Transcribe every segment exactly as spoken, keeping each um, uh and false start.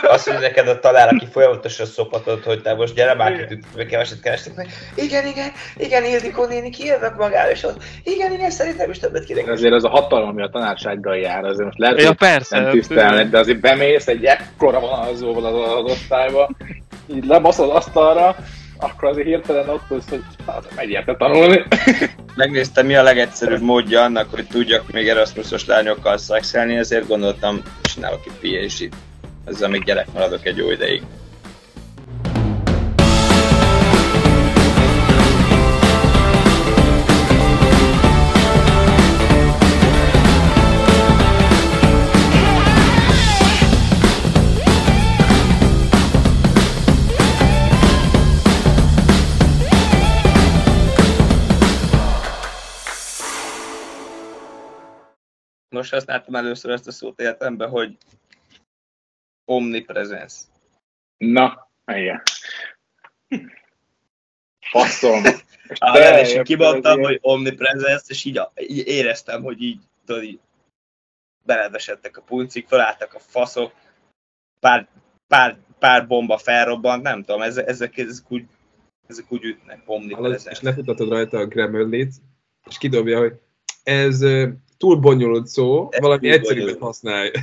Azt, hogy neked a tanár, aki folyamatosan szopatod, hogy te most gyere már ki, keveset kerestek meg. Igen, igen, igen, Ildikó néni, kijövök magára, és ott, igen, igen, szerintem is többet kéne. Azért az a hatalom, ami a tanársággal jár, azért most lehet, ja, hogy persze, nem tisztelnek, de azért bemész egy ekkora vonalzóval az, az osztályba, így lebaszod asztalra, akkor azért hirtelen ott tudsz, hogy hát, megérte tanulni. Megnéztem, mi a legegyszerűbb módja annak, hogy tudjak még Erasmusos lányokkal szexelni, ezért gondoltam, csinálok egy pé há dét. Ezzel még gyerek maradok egy jó ideig. Most használtam először ezt a szót életemben, hogy omnipresence. Na, igen. Faszom. Ah, és így kimondtam, hogy omnipresence, és így, így éreztem, hogy így, tudod, így belevesedtek a puncik, felálltak a faszok, pár, pár, pár bomba felrobbant, nem tudom, ezek, ezek, ezek, úgy, ezek úgy ütnek, omnipresence. És lefutatod rajta a Grammarly-t, és kidobja, hogy ez uh, túl bonyolult szó, ez valami egyszerűbbet használj.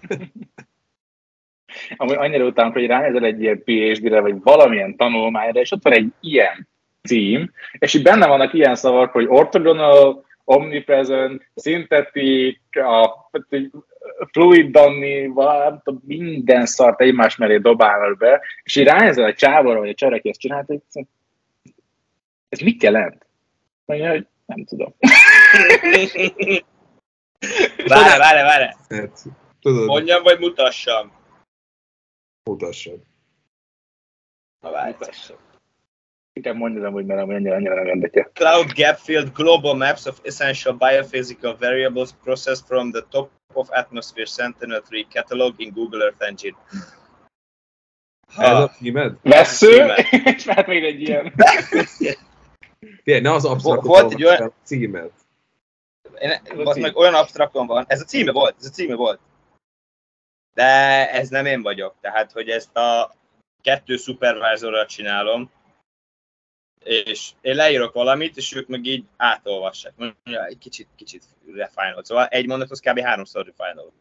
Amúgy annyira utálom, hogy ránézel egy ilyen pé há dére, vagy valamilyen tanulmányra, és ott van egy ilyen cím, és itt benne vannak ilyen szavak, hogy orthogonal, omnipresent, synthetic, a fluid dunny, minden szart egymás mellé dobálnak be, és így ránézel a csávóra, vagy a csere, aki ezt csinált, hogy ez mit jelent? Mondja, hogy nem tudom. Várj, várj, várj! Tudod. Mondjam, vagy mutassam? Mutassad. Na várj. Inkább mondjam, hogy mert annyira, annyira nem érdekel. Cloud gap filled global maps of essential biophysical variables processed from the top of atmosphere Sentinel három catalog in Google Earth Engine. Ha. Ez a címed? Vessző, és hát még egy ilyen. Tényleg, ne az absztrakt olyan... címet. Én, az meg olyan absztrakon van. Ez a címe volt, ez a címe volt. De ez nem én vagyok. Tehát, hogy ezt a kettő supervisorral csinálom, és én leírok valamit, és ők meg így átolvassák. Mondja, egy kicsit, kicsit refined. Szóval egy mondathoz kb. háromszor refined.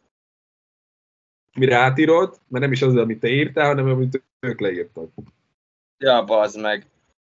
Mire átírod, mert nem is az, amit te írtál, hanem amit ők leírtak. Ja, bazd meg.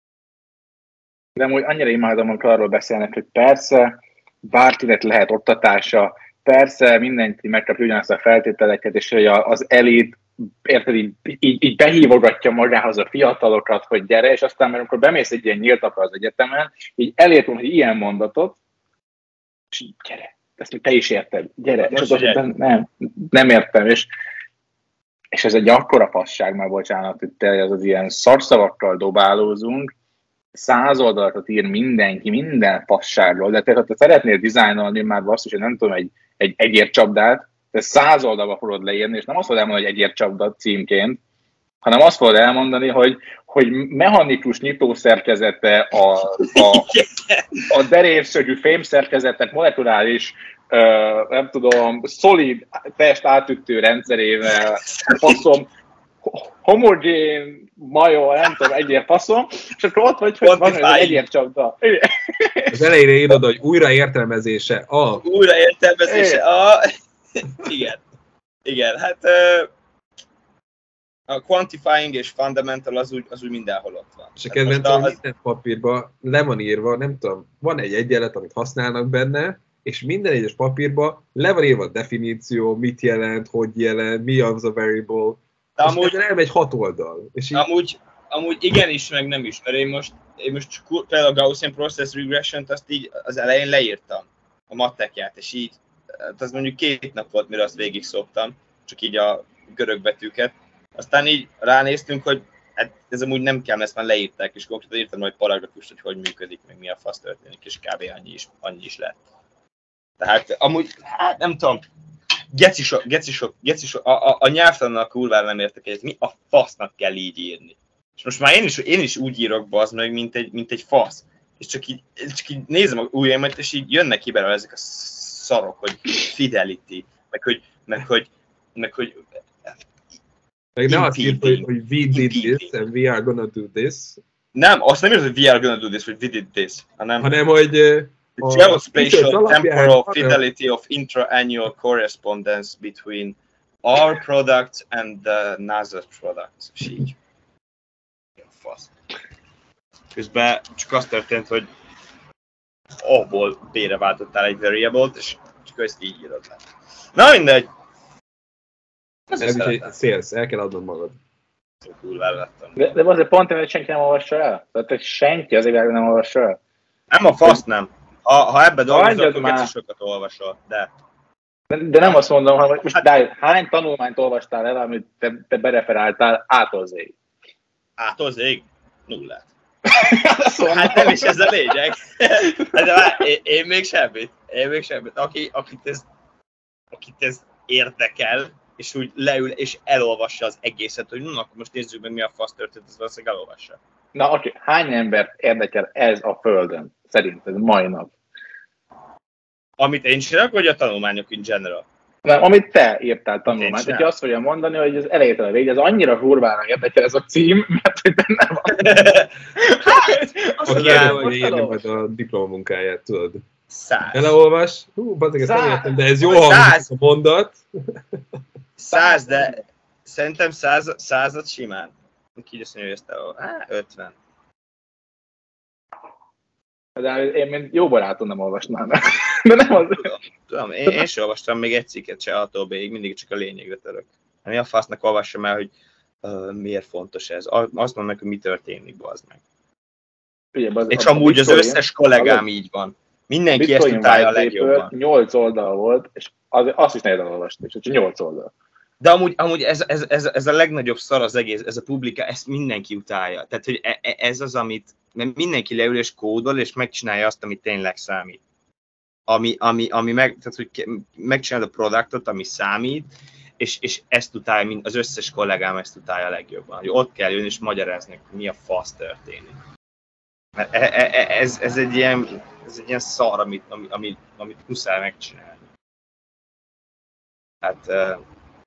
De amúgy annyira imádom, amikor arról beszélnek, hogy persze, bárkinek lehet oktatása, persze, mindenki megkapja ugyanazt a feltételeket, és hogy az elit, érted, így, így, így behívogatja magához a fiatalokat, hogy gyere, és aztán, mert amikor bemész egy ilyen nyíltapra az egyetemen, így elértem egy ilyen mondatot, és így gyere, ezt te is érted, gyere, és az, nem, nem értem, és, és ez egy akkora fasság, már bocsánat, hogy te az, az ilyen szarszavakkal dobálózunk, száz oldalatot ír mindenki, minden fasságról, de te, ha te szeretnél dizájnolni már basszus, hogy nem tudom, egy, egy egércsapdát, te száz oldalba fogod leírni, és nem azt fogod elmondani, hogy egércsapda címként, hanem azt fogod elmondani, hogy, hogy mechanikus nyitószerkezete, a, a, a derékszögű fémszerkezetnek molekuláris, uh, nem tudom, szolid test átütő rendszerével, faszom, homogén, majó, nem tudom, egyér faszom, és akkor ott vagy, hogy van egy egércsapda. Az elejére írod, hogy újraértelmezése a... Újraértelmezése a... Igen. Igen, hát... Uh... A quantifying és fundamental az úgy, az úgy mindenhol ott van. És a kedvencem, az... minden papírban le van írva, nem tudom, van egy egyenlet, amit használnak benne, és minden egyes papírban le van írva a definíció, mit jelent, hogy jelent, mi az a variable, de és amúgy, elmegy hat oldal. És így... amúgy, amúgy igenis, meg nem is, mert én most, én most például a Gaussian Process Regression-t azt így az elején leírtam, a mattekját, és így, az mondjuk két nap volt, mire azt végig szoktam, csak így a görög betűket. Aztán így ránéztünk, hogy hát ez amúgy nem kell, ezt már leírták, és konkrétan írtam majd paragrafust, hogy hogy működik, meg mi a fasz történik, és kb. annyi is, annyi is lett. Tehát amúgy, hát nem tudom, gecisok, gecisok, gecisok, a, a, a nyelvtannak kurvára nem értek egyet, mi a fasznak kell így írni. És most már én is, én is úgy írok, bazd meg, mint egy, mint egy fasz. És csak így, csak így nézem a ujjaimat, és így jönnek ki belőle ezek a szarok, hogy fidelity, meg hogy, meg hogy, meg hogy Meg ne azt írta, hogy, hogy we did Impeding. this, and we are gonna do this. Nem, azt nem írta, hogy we are gonna do this, vagy we did this, hanem Hanem, hogy... Uh, the geospatial temporal alapján- fidelity of intra-annual correspondence between our products and the NASA products. És így. Ja, fasz. Közben csak az történt, hogy A-ból B-re váltottál egy variable-t, és csak ezt így írod le. Na mindegy. Ez Ez is egy sales, el kell adnod magad. Cool el lettem. De, de azért pont, hogy senki nem olvassa el. Tehát hogy senki az világon nem olvassa el. Nem a fasz nem. Ha, ha ebbe dolgozol, Hagyjad akkor már. geci sokat olvasol, de... De, de nem azt mondom, hogy most de hány tanulmányt olvastál el, amit te, te bereferáltál ától zéig? Ától zég? Nullát. Hát nem is ez a lényeg. Hát de már, én, én még semmit. Én még semmit. Aki, akit, ez, akit ez érdekel, és úgy leül és elolvassa az egészet, hogy na, akkor most nézzük meg, mi a fasz történt, ez valószínűleg elolvassa. Na oké, okay. Hány embert érdekel ez a Földön? Szerinted mai nap? Amit én csinálok, vagy a tanulmányok in general? Nem, amit te írtál tanulmányt, Én sem. hogyha azt fogja mondani, hogy az elejétől a végig, ez annyira durvára érdekel ez a cím, mert hogy benne van. Hát, Az az az ilyen, hogy most írni elolvas. majd a diplomamunkáját, tudod. száz. Eleolvas, hú, bazeg, ezt nem Száz. értem, de ez jó Vagy hangzik száz. a mondat. Száz, de szerintem száz, százat simán. Ki azt mondja, hogy ezt el... Á, ötven. De én mint jó barátom nem olvasnám el. De nem az. Tudom, én, én sem olvastam még egy cikket se A-tól B-ig, mindig csak a lényegre török. Mi a fasznak olvassam el, hogy uh, miért fontos ez. Azt mondom meg, hogy mi történik, bazd meg. Ugye, az, És amúgy az összes kollégám így van. Mindenki ezt utálja a legjobban. nyolc oldal volt, és az, azt is nehéz elolvasni, és csak nyolc oldal. De amúgy, amúgy ez, ez, ez, ez a legnagyobb szar az egész, ez a publika, ezt mindenki utálja. Tehát, hogy e- e- ez az, amit mert mindenki leül és kódol, és megcsinálja azt, ami tényleg számít. Ami, ami, ami meg, tehát, hogy megcsinálod a produktot, ami számít, és, és ezt utálja, mint az összes kollégám ezt utálja a legjobban. Hogy ott kell jönni és magyarázni, hogy mi a fasz történik. Mert e- e- ez, ez, egy ilyen, ez egy ilyen szar, amit, amit, amit, amit muszáj megcsinálni. Hát... Uh,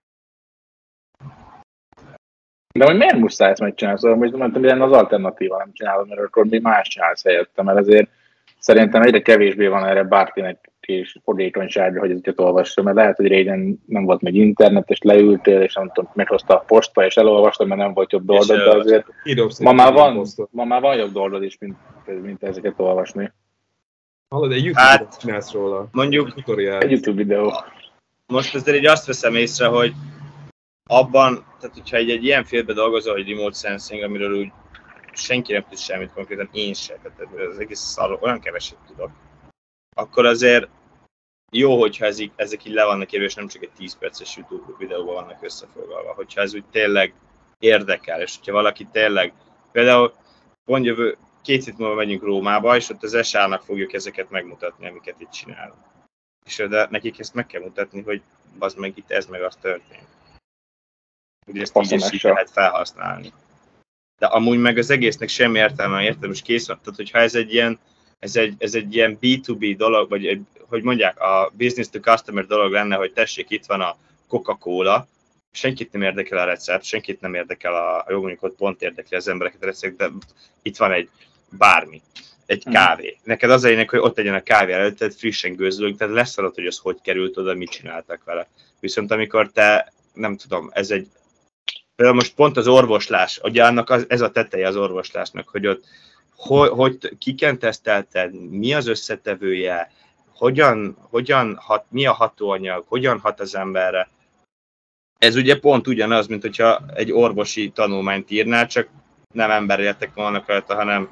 De hogy miért muszáj ezt megcsinálni? Szóval most mondtam, milyen az alternatíva nem csinálom, mert akkor mi más csinálsz helyette, mert azért szerintem egyre kevésbé van erre bárkinek is fogékonysága, hogy ezeket olvassa, mert lehet, hogy régen nem volt még internet, és leültél, és nem tudom, meghozta a posta, és elolvastam, mert nem volt jobb dolgod, de azért ma már, van, ma már van jobb dolgod is, mint, mint ezeket olvasni. Hallod, egy YouTube Hát, videót csinálsz róla. mondjuk, Egy Tutoriál. YouTube videó. most azért így azt veszem észre, hogy abban, tehát hogyha egy, egy ilyen fieldbe dolgozol, hogy remote sensing, amiről úgy senki nem tud semmit konkrétan, én sem, tehát az egész szar, olyan keveset tudok, akkor azért jó, hogyha ezek, ezek így le vannak írva, és nem csak egy tíz perces YouTube videóban vannak összefoglalva, hogyha ez úgy tényleg érdekel, és hogyha valaki tényleg, például pont jövő, két hét múlva megyünk Rómába, és ott az es á-nak fogjuk ezeket megmutatni, amiket itt csinálunk. És de nekik ezt meg kell mutatni, hogy az meg itt ez meg az történt. Ugye ezt így is így lehet felhasználni. De amúgy meg az egésznek semmi értelme, értem, és kész van. Tehát, hogyha ez egy ilyen, ez egy, ez egy ilyen bé kettő bé dolog, vagy egy, hogy mondják, a business to customer dolog lenne, hogy tessék, itt van a Coca-Cola, senkit nem érdekel a recept, senkit nem érdekel a, jó mondjuk ott pont érdekli az embereket a recept, de itt van egy bármi, egy kávé. Neked az a lényeg, hogy ott legyen a kávé előtt, tehát frissen gőzölők, tehát leszarod, hogy az hogy került oda, mit csináltak vele. Viszont amikor te, nem tudom, ez egy, például most pont az orvoslás, ugye annak az, ez a teteje az orvoslásnak, hogy ott hogy, hogy kiken tesztelted, mi az összetevője, hogyan, hogyan hat, mi a hatóanyag, hogyan hat az emberre. Ez ugye pont ugyanaz, mint hogyha egy orvosi tanulmányt írnál, csak nem emberéletek vannak rajta, hanem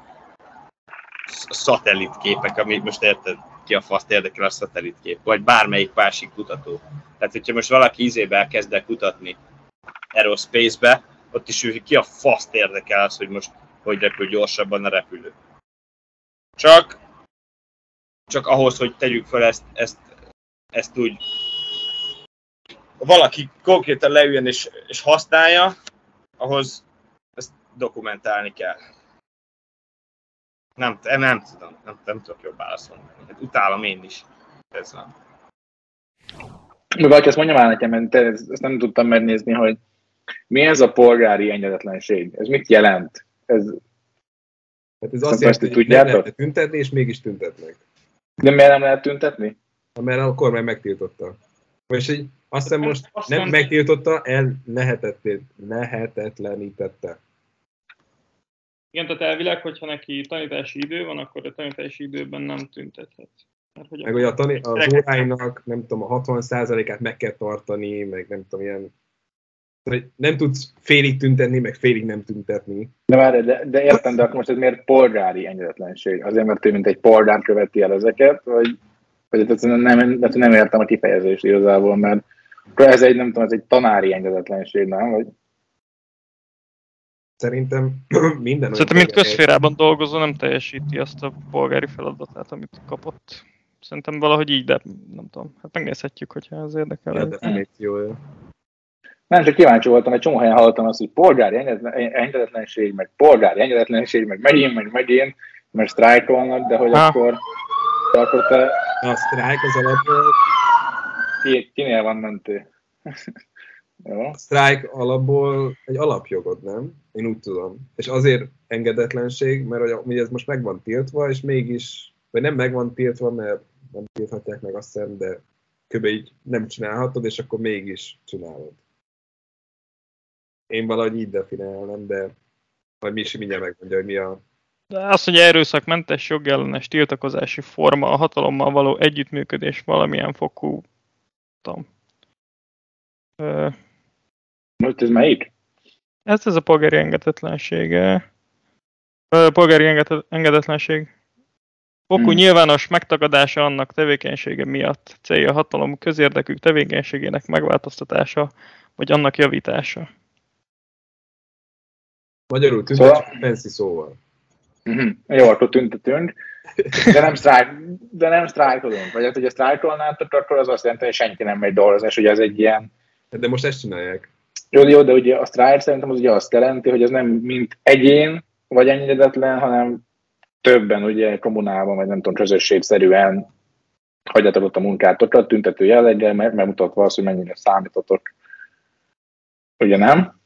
szatellitképek, amit most érted, ki a faszt érdekel a szatellitkép, vagy bármelyik másik kutató. Tehát, hogyha most valaki ízébe elkezd el kutatni aerospace-be, ott is ő, ki a faszt érdekel az, hogy most hogy repül gyorsabban a repülő. Csak, csak ahhoz, hogy tegyük fel ezt, ezt, ezt úgy, valaki konkrétan leüljön és, és használja, ahhoz ezt dokumentálni kell. Nem, nem tudom, nem, nem tudok jobb válaszolni. Hát utálom én is. Ez van. Mi valaki ezt mondja már nekem, mert ezt nem tudtam megnézni, hogy Mi ez a polgári engedetlenség? Ez mit jelent? Ez... Hát ez azt jelenti, hogy nem lehet tüntetni, és mégis tüntetnek. De miért nem lehet tüntetni? Mert a kormány megtiltotta. Vagyis, hogy azt hiszem most nem megtiltotta, el lehetetlenítette. Igen, tehát elvileg, hogyha neki tanítási idő van, akkor a tanítási időben nem tüntethet. Mert, hogy meg hogy a tani- az óráinak, nem tudom, a hatvan százalékát meg kell tartani, meg nem tudom, ilyen... Nem tudsz félig tüntetni, meg félig nem tüntetni. De várj, de, de értem, de akkor most ez miért polgári engedetlenség? Azért, mert ő mint egy polgár követi el ezeket, vagy, vagy nem, nem, nem értem a kifejezést igazából, mert ez egy, nem tudom, ez egy tanári engedetlenség, nem? Vagy... Szerintem minden... Szerintem, mint közférában dolgozó, nem teljesíti azt a polgári feladatát, amit kapott. Szerintem valahogy így, de nem tudom. Hát megnézhetjük, hogyha ez érdekel. A definíciója. Nem, csak kíváncsi voltam, egy csomó helyen hallottam azt, hogy polgári engedetlenség, meg polgári engedetlenség, meg megint, meg megint, mert sztrájkolnak, de hogy ha. akkor, de akkor te... A sztrájk az alapból... Ki, kinél van mentő? Jó. A sztrájk alapból egy alapjogod, nem? Én úgy tudom. És azért engedetlenség, mert hogy ez most meg van tiltva, és mégis, vagy nem meg van tiltva, mert nem tilthatják meg azt hiszem, de kb. Így nem csinálhatod, és akkor mégis csinálod. Én valahogy így definiálom, de majd Misi mindjárt megmondja, hogy mi a... De az, hogy erőszakmentes, jogellenes tiltakozási forma, a hatalommal való együttműködés valamilyen fokú, tudom. Ö... Most ez melyik? Ez, ez a polgári engedetlenség. Ö, polgári enged- engedetlenség. Fokú hmm. nyilvános megtagadása annak tevékenysége miatt. Célja a hatalom közérdekű tevékenységének megváltoztatása, vagy annak javítása. Magyarul tüntetjük szóval... fancy szóval. Mm-hmm. Jó, akkor tüntetünk, de nem, sztrájk, de nem sztrájkolunk. Vagy hát, hogyha sztrájkolnátok, akkor az azt jelenti, hogy senki nem megy dolgozni, és ugye ez egy ilyen... De most ezt csinálják. Jó, jó, de ugye a sztrájk szerintem az ugye azt jelenti, hogy ez nem mint egyén vagy engedetlen, hanem többen ugye kommunálban, vagy nem tudom, közösségszerűen hagyjátok ott a munkátokat, tüntető jelleggel, megmutatva azt, hogy mennyire számítotok. Ugye nem?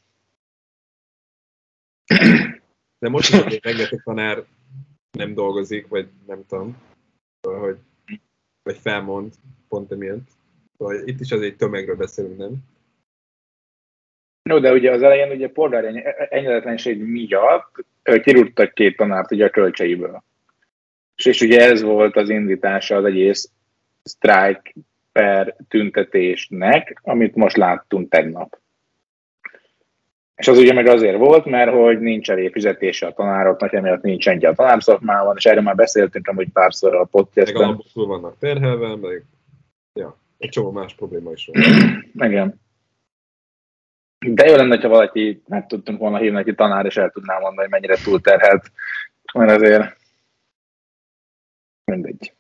De most is rengeteg tanár nem dolgozik, vagy nem tudom, hogy, vagy felmond pont emiatt. Szóval itt is azért tömegről beszélünk, nem? No, de ugye az elején ugye polgári engedetlenség miatt kirúgtak két tanárt ugye a költseiből. És, és ugye ez volt az indítása az egész sztrájk per tüntetésnek, amit most láttunk tegnap. És az ugye meg azért volt, mert hogy nincs elég fizetése a tanároknak, emiatt nincs ennyi a tanárszakmában, és erről már beszéltünk amúgy párszor a podcastben. Meg alapból vannak terhelve, meg ja, egy csomó más probléma is van. Igen. De jó lenne, ha valaki meg tudtunk volna hívni neki tanár, és el tudná mondani, hogy mennyire túlterhelt, mert azért mindegy.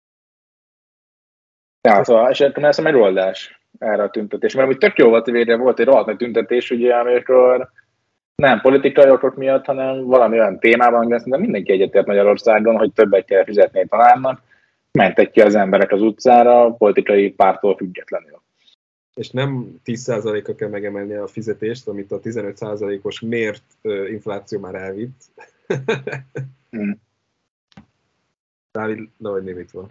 Ja, szóval esetleg ez a megoldás erre a tüntetés. Mert úgy tök jó volt, hogy volt egy rohadt nagy tüntetés, ugye, amikor nem politikai okok miatt, hanem valami olyan témában, de szerintem mindenki egyetért Magyarországon, hogy többet kell fizetni egy tanárnak, mentek ki az emberek az utcára, politikai pártól függetlenül. És nem tíz százalékkal kell megemelni a fizetést, amit a tizenöt százalékos mért uh, infláció már elvitt. hmm. Dávid, nehogy nem itt van.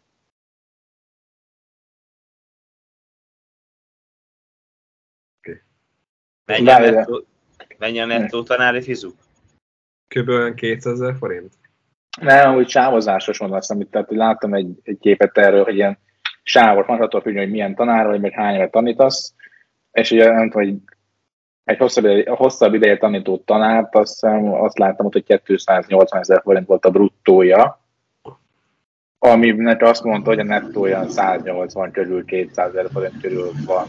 Okay. Mennyi a nettó, mennyi a nettó tanári fizu? Kb. kétszázezer forint. Nem, úgy sávozásos van azt, amit tehát, hogy láttam egy, egy képet erről, hogy ilyen sávos, van attól függően, hogy milyen tanár vagy, meg hány évet tanítasz, és ugye nem tudom, hogy egy hosszabb ideje, hosszabb ideje tanító tanárt, azt, azt láttam, hogy kétszáznyolcvanezer forint volt a bruttója, aminek azt mondta, hogy a nettója száznyolcvan körül, kétszázezer forint körül van.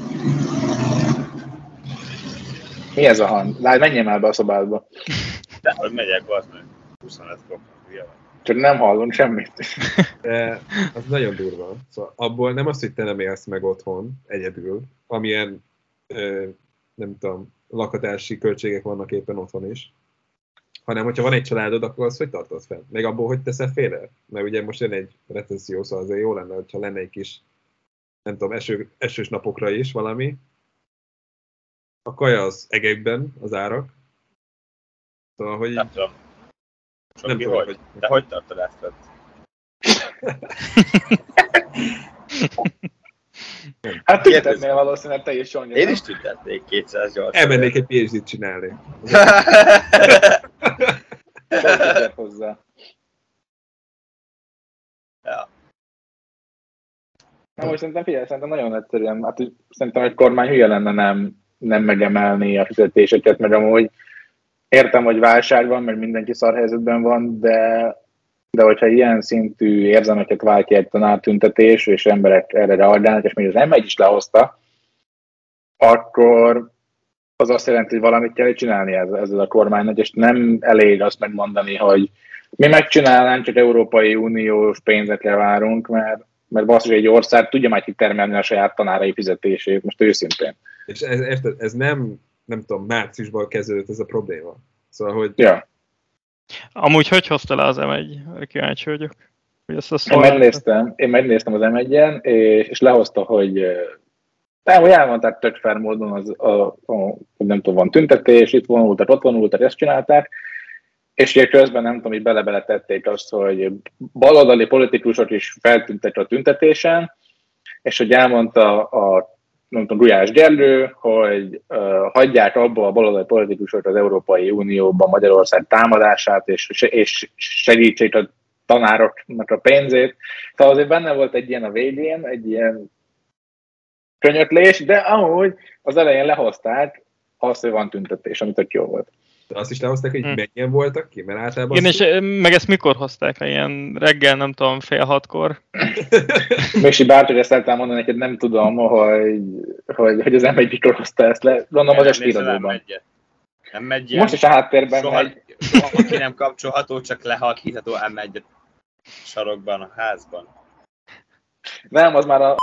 Mi ez a hang? Lát, menjél már be a szobádba. De hogy megyek, az meg huszonöt fok. Csak nem hallunk semmit. De az nagyon durva. Szóval abból nem az, hogy te nem élsz meg otthon egyedül, amilyen ö, nem tudom, lakatási költségek vannak éppen otthon is, hanem hogyha van egy családod, akkor azt hogy tartod fel? Meg abból, hogy teszel félre? Mert ugye most jön egy recesszió, szóval azért jó lenne, hogyha lenne egy kis, nem tudom, eső, esős napokra is valami. A kaja az egekben, az árak. Szóval, hogy... Nem tudom. Nem Soki, tudom, hogy? hogy- Te hogy tartod ezt fent? Hát tüntetnél valószínűleg te is, Sonja. Én is tüntetnék kétszáznyolcvan. Elmennék egy pé há dét csinálni. Tüntet hozzá. Ja. Na most szerintem figyelj, szerintem nagyon egyszerűen, hát úgy szerintem egy kormány hülye lenne nem, nem megemelni a fizetéseket, meg amúgy értem, hogy válság van, mert mindenki szar helyzetben van, de, de hogyha ilyen szintű érzelmeket vált ki egy tanártüntetés, és emberek erre reagálnak, és még az em egy is lehozta, akkor az azt jelenti, hogy valamit kell csinálni ezzel, ezzel a kormánynak, és nem elég azt megmondani, hogy mi megcsinálnánk, csak Európai Uniós pénzekre várunk, mert, mert basszus, egy ország tudja már kitermelni a saját tanárai fizetését, most őszintén. És ez, érted, ez nem, nem tudom, márciusban kezdődött ez a probléma. Szóval, hogy Ja. Amúgy hogy hozta le az em egy? Kíváncsi vagyok. Hogy ezt a Én szolgáltat- megnéztem, én megnéztem az em egyen, és, és lehozta, hogy eh, nem, hogy elmondták tök fair módon, az, a, a, hogy nem tudom, van tüntetés, itt vonultak, ott vonultak, ezt csinálták, és ugye közben nem tudom, hogy bele-bele tették azt, hogy baloldali politikusok is feltüntettek a tüntetésen, és hogy elmondta a nem tudom, Gulyás Gergő, hogy uh, hagyják abba a baloldali politikusok az Európai Unióban Magyarország támadását, és, és segítsék a tanároknak a pénzét. Szóval azért benne volt egy ilyen a végén, egy ilyen könyöklés, de amúgy az elején lehozták azt, hogy van tüntetés, ami tök jó volt. azt is lehozták, hogy Hm. mennyien voltak ki, mert általában... Igen, és eh, meg ezt mikor hozták le? Ilyen reggel, nem tudom, fél hatkor? Mégsi Bárty, hogy ezt el mondani neked, nem tudom, hogy, hogy, hogy az em egy mikor hozta ezt le. Gondolom az Nem nézem, nem estíradóban. megy. Nem megy ilyen. Most is a háttérben soha, megy. soha ki nem kapcsolható, csak lehalkítható em egy sarokban, a házban. Nem, az már a...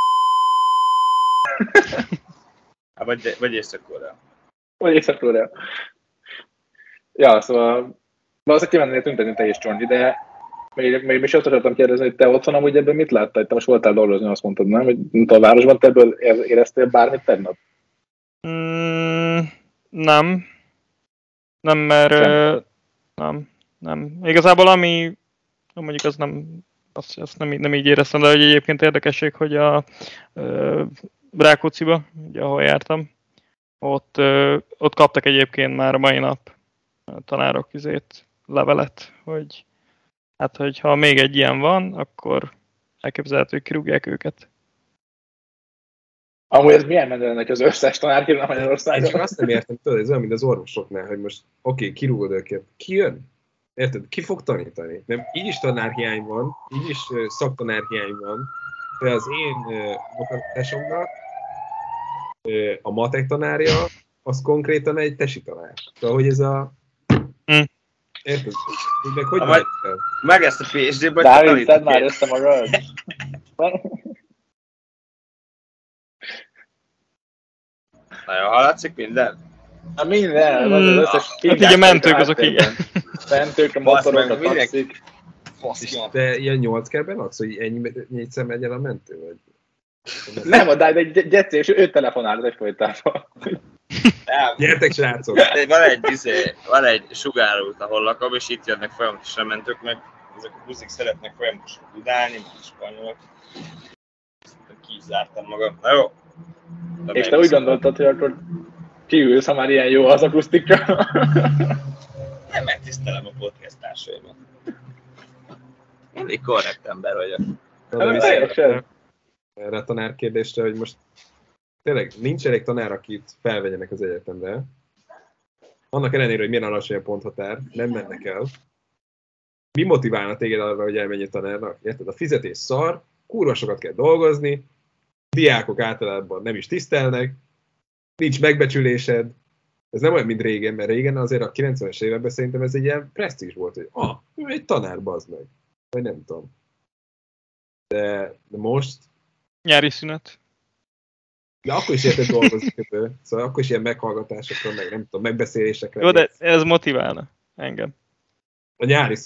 Há, vagy, vagy Észak-Korea. Vagy észak Ja, szóval... Valószínűleg kimennél tüntetni te is, Csongi, de még, még is azt akartam kérdezni, hogy te otthon amúgy ebben mit láttál? Te most voltál dolgozni, azt mondtad, nem? Hogy a városban te ebből éreztél bármit tegnap? Mm, nem. Nem, mert... Sem. ö, Nem, nem. Igazából ami... Mondjuk az nem... Azt, azt nem, így- nem így éreztem, de hogy egyébként érdekesség, hogy a ö, Rákócziba, ugye, ahol jártam, ott, ö, ott kaptak egyébként már a mai nap a tanárok izét, levelet, hogy hát, hogyha még egy ilyen van, akkor elképzelhető, hogy kirúgják őket. Amúgy ez milyen menő lenne, hogy az összes tanár kirúgna Én csak Magyarországon? azt nem értem, tudod, ez olyan, mint az orvosoknál, hogy most oké, okay, kirúgod őket. Ki jön? Érted? Ki fog tanítani? Nem, így is tanárhiány van, így is uh, szaktanárhiány van, de az én uh, munkatársamnak uh, a matek tanárja, az konkrétan egy tesi tanár. Szóval, hogy ez a... Hm. Érted? Úgy meg hogy Ha vált majd- el? Meg ezt a pé há dé-ből Dávid, szedd már össze magad! Nagyon hallatszik minden? Na minden, van az összes... Hát ugye mentők azok igen. Mentők, a Basz meg, motorok, a mindenki- taxik. Fasz, jó. De ilyen nyolc kerben laksz, hogy ennyi négyszer megy el a mentő? Vagy? Nem, a Dávid egy geci, és ő telefonál egyfolytában. Nem. Gyertek, srácok! De Van egy, izé, van egy sugárút, ahol lakom, és itt jönnek folyamatosan mentők, meg ezek a buszik szeretnek folyamatosan dudálni, meg spanyolok. Ki is zártam magam. Na jó. De És te úgy gondoltad, hogy akkor kiülsz, ha már ilyen jó az akusztika. Nem megtisztelem a podcast társaimat. Mindig korrekt ember vagyok. Na, de Teljesen. erre a tanár kérdésre, hogy most tényleg nincs elég tanár, akit felvegyenek az egyetemre. Annak ellenére, hogy milyen alacsony a ponthatár, nem mennek el. Mi motiválna téged arra, hogy elmenj tanárnak? Érted? A fizetés szar, kurva sokat kell dolgozni, diákok általában nem is tisztelnek, nincs megbecsülésed. Ez nem olyan, mint régen, mert régen azért a kilencvenes években szerintem ez egy ilyen presztízs volt, hogy ah, ő egy tanár, bazd meg. Vagy nem tudom. De, de most Nyári szünet. de akkor is érted dolgozni közül. Szóval akkor is ilyen meghallgatásokra, meg nem tudom, megbeszélésekre. Jó, de ez motiválna engem. A nyári szünet.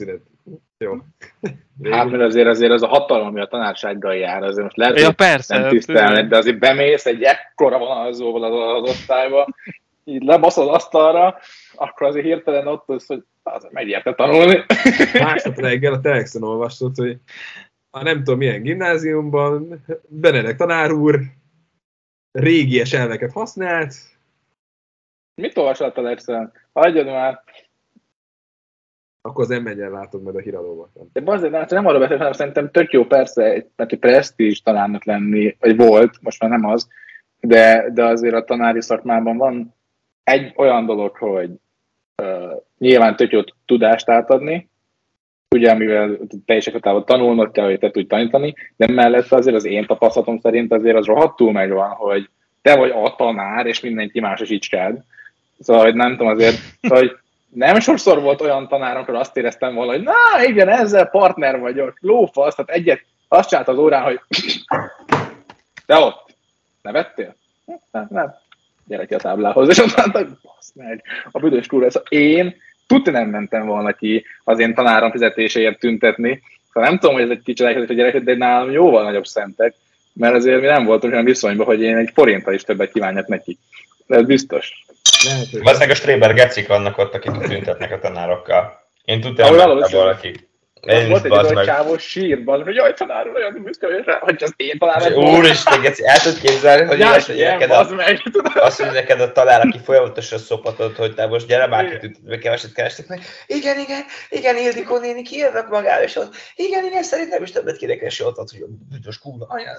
Jó. Hát mert azért, azért az a hatalom, ami a tanársággal jár, azért most lehet, Ja, hogy persze, nem tisztelnek, de azért bemész egy ekkora vonalzóval az, az osztályba, így lebaszod asztalra, akkor azért hirtelen ott az, hogy az megérte tanulni. Másnap reggel a Telexen olvastad, hogy a nem tudom milyen gimnáziumban Benedek tanár úr régies elveket használt. Mit olvasol a Telexen? Hagyjad már! Akkor az em egyen látod majd a híradóban. De azért nem, nem arra beszélek, hanem szerintem tök jó persze, mert egy presztízs tanárnak lenni, vagy volt, most már nem az, de, de azért a tanári szakmában van egy olyan dolog, hogy uh, nyilván tök jó tudást átadni, ugye, mivel teljes ekatában tanulnod kell, hogy te tudj tanítani, de mellette azért az én tapasztalatom szerint azért az rohadtul megvan, hogy te vagy a tanár, és mindenki más is icskád. Szóval, hogy nem tudom azért, hogy nem sokszor volt olyan tanár, amikor azt éreztem volna, hogy na igen, ezzel partner vagyok, lófasz, tehát egyet azt csinált az órán, hogy te ott, nevettél? Nem, nem. Gyere ki a táblához, és azt mondta, hogy basz meg, a büdös kurva, szóval én tudni nem mentem volna ki az én tanárom fizetéséért tüntetni. Szóval nem tudom, hogy ez egy kicsit elkezdett a gyereket, de nálam jóval nagyobb szentek, mert azért mi nem voltunk olyan viszonyban, hogy én egy forinttal is többet kívánjak neki. De ez biztos. Valószínűleg a Stréber gecik vannak ott, akik tüntetnek a tanárokkal. Én tudtam, hogy valaki. Én volt egy olyan csávó sírban, hogy jaj, tanár úr, olyan büszke vagyok rá, hogy az én tanárom. Úristen, geci, el tudod képzelni, hogy Jás, ilyen, bazd meg, tudod? Azt, hogy neked a tanár, aki folyamatosan szopatod, hogy te most gyere, bárki tüntetve keveset kerestek meg. Igen, igen, igen, Ildikó néni, kiírnak magára, és ott, igen, igen, szerintem is többet kéne keresni ott, hogy a büdös kurva anyád.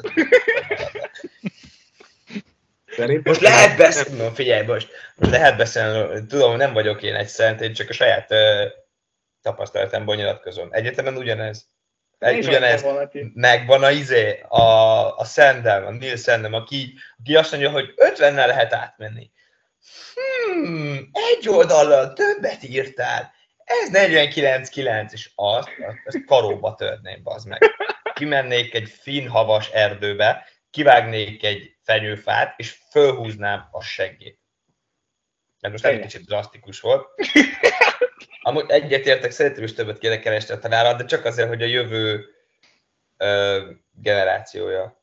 Most lehet beszélni, figyelj, most, most lehet beszélni, tudom, nem vagyok én egy szent, én csak a saját uh, tapasztalatomból nyilatkozom. Egyetemen ugyanez. Egy, ugyanez. Megvan a izé, a, a Sandem, a Neil Sandem, aki, aki azt mondja, hogy ötvennel lehet átmenni. Hmm, egy oldallal többet írtál. Ez negyvenkilenc kilenc, és azt, azt karóba törném, bazd meg. Kimennék egy finn havas erdőbe, kivágnék egy fenyőfát, és fölhúznám a seggét. Ez most egy kicsit drasztikus volt. Amúgy egyetértek, szerintem is többet kéne keresni a tanárat, de csak azért, hogy a jövő ö, generációja.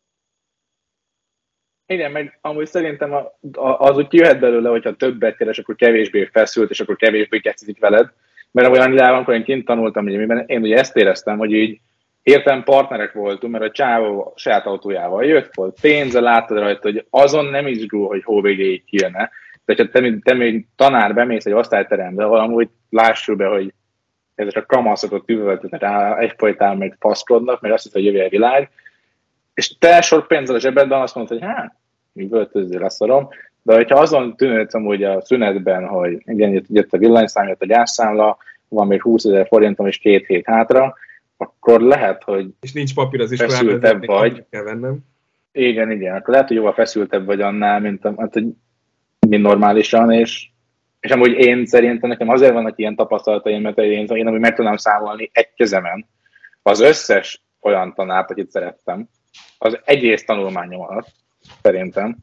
Igen, meg amúgy szerintem a, a, az úgy jöhet belőle, hogyha többet keres, akkor kevésbé feszült, és akkor kevésbé kezdik veled. Mert olyan idejében, amikor én kint tanultam, ugye, én ugye ezt éreztem, hogy így értem partnerek voltunk, mert a csávó saját autójával jött, volt pénze, láttad rajta, hogy azon nem izgul, hogy hó végéig kijönne. De ha te, te még tanár bemész egy osztályterembe, valamúgy lássuk be, hogy ezek a kamaszokat üvöltetnek rá, egyfolytán meg faszkodnak, meg azt hiszem, hogy jövő a világ, és te sok pénzzel a zsebedben azt mondod, hogy hát, üvöltözzél, leszorom, de hogyha azon tűnődsz amúgy a szünetben, hogy igen, jött a villanyszám, jött a gyásszámla, van még húszezer forintom és két hét hátra, akkor lehet, hogy és nincs papír az feszültebb vagy. Kell vennem. Igen, igen, akkor lehet, hogy jóval feszültebb vagy annál, mint, hát, hogy mint normálisan, és, és amúgy én szerintem nekem azért vannak ilyen tapasztalataim, mert én, én amúgy meg tudnám számolni egy kezemen az összes olyan tanárt, akit szerettem, az egész tanulmányom alatt, szerintem.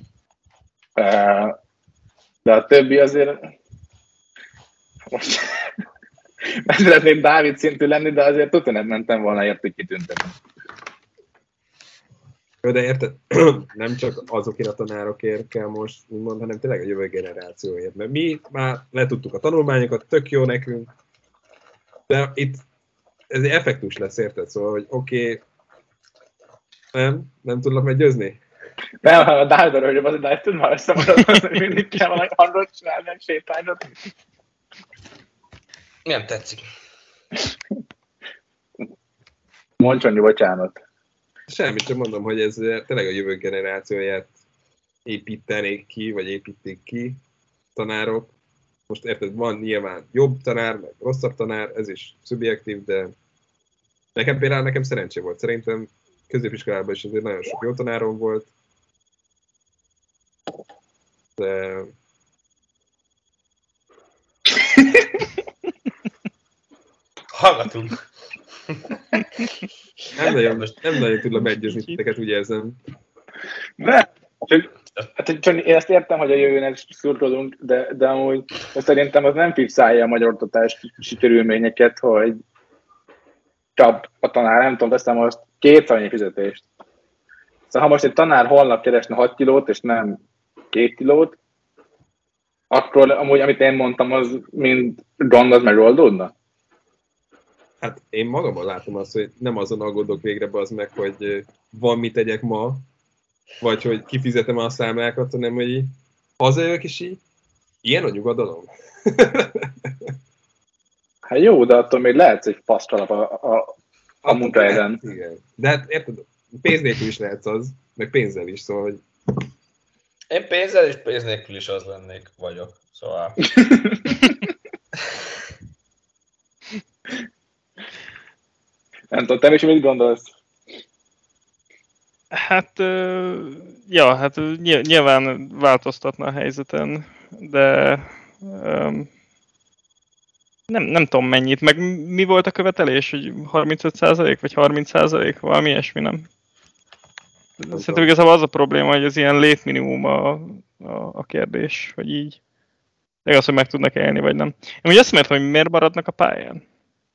De a többi azért most nem szeretném Dávid szintű lenni, de azért tudja, nem mentem volna értük kitüntetni. De érted, nem csak azokért a tanárokért kell most úgymond, hanem tényleg a jövő generációért. Mert mi már letudtuk a tanulmányokat, tök jó nekünk, de itt ez egy effektus lesz, érted? Szóval, hogy oké, okay, nem? Nem tudlak meggyőzni? Nem, a Dávidra, hogy az Dávid tud már összemaradni, hogy mindig kell valami arról csinálni, nem sétányot. Nem tetszik. Mondj Csonyi, bocsánat. Semmit, csak mondom, hogy ez tényleg a jövő generációját építenék ki, vagy építik ki tanárok. Most érted, van nyilván jobb tanár, meg rosszabb tanár, ez is szubjektív, de nekem például nekem szerencsé volt. Szerintem középiskolában is azért nagyon sok jó tanárom volt. De... Hallgatunk. Nem nagyon, nem nagyon tudlak meggyőzni titeket, úgy érzem. Ne, csak, hát, csak én ezt értem, hogy a jövőnek szurkolunk, de, de amúgy szerintem az nem fixálja a magyar oktatás körülményeket, hogy csap a tanár, nem tudom, teszem most kétszer annyi fizetést. Szóval ha most egy tanár holnap keresne hat kilót, és nem két kilót, akkor amúgy, amit én mondtam, az mind gond, az megoldódna? Hát én magamban látom azt, hogy nem azon aggódok végre az meg, hogy van mit tegyek ma, vagy hogy kifizetem a számlákat, hanem hogy így hazajövök, és így ilyen a nyugodalom. Hát jó, de attól még lehetsz egy fasztalap a, a, a munkahelyen. Igen. De hát érted, pénz nélkül is lehetsz az, meg pénzzel is, szóval, hogy... Én pénzzel és pénz nélkül is az lennék, vagyok, szóval... Nem tudom, te is mit gondolsz? Hát, ja, hát nyilván változtatna a helyzeten, de um, nem, nem tudom mennyit, meg mi volt a követelés, hogy harmincöt százalék vagy harminc százalék, valami ilyesmi, nem? Szerintem igazából az a probléma, hogy ez ilyen létminimum a, a, a kérdés, hogy így. De az, hogy meg tudnak élni, vagy nem. Én úgy azt értem, hogy miért maradnak a pályán.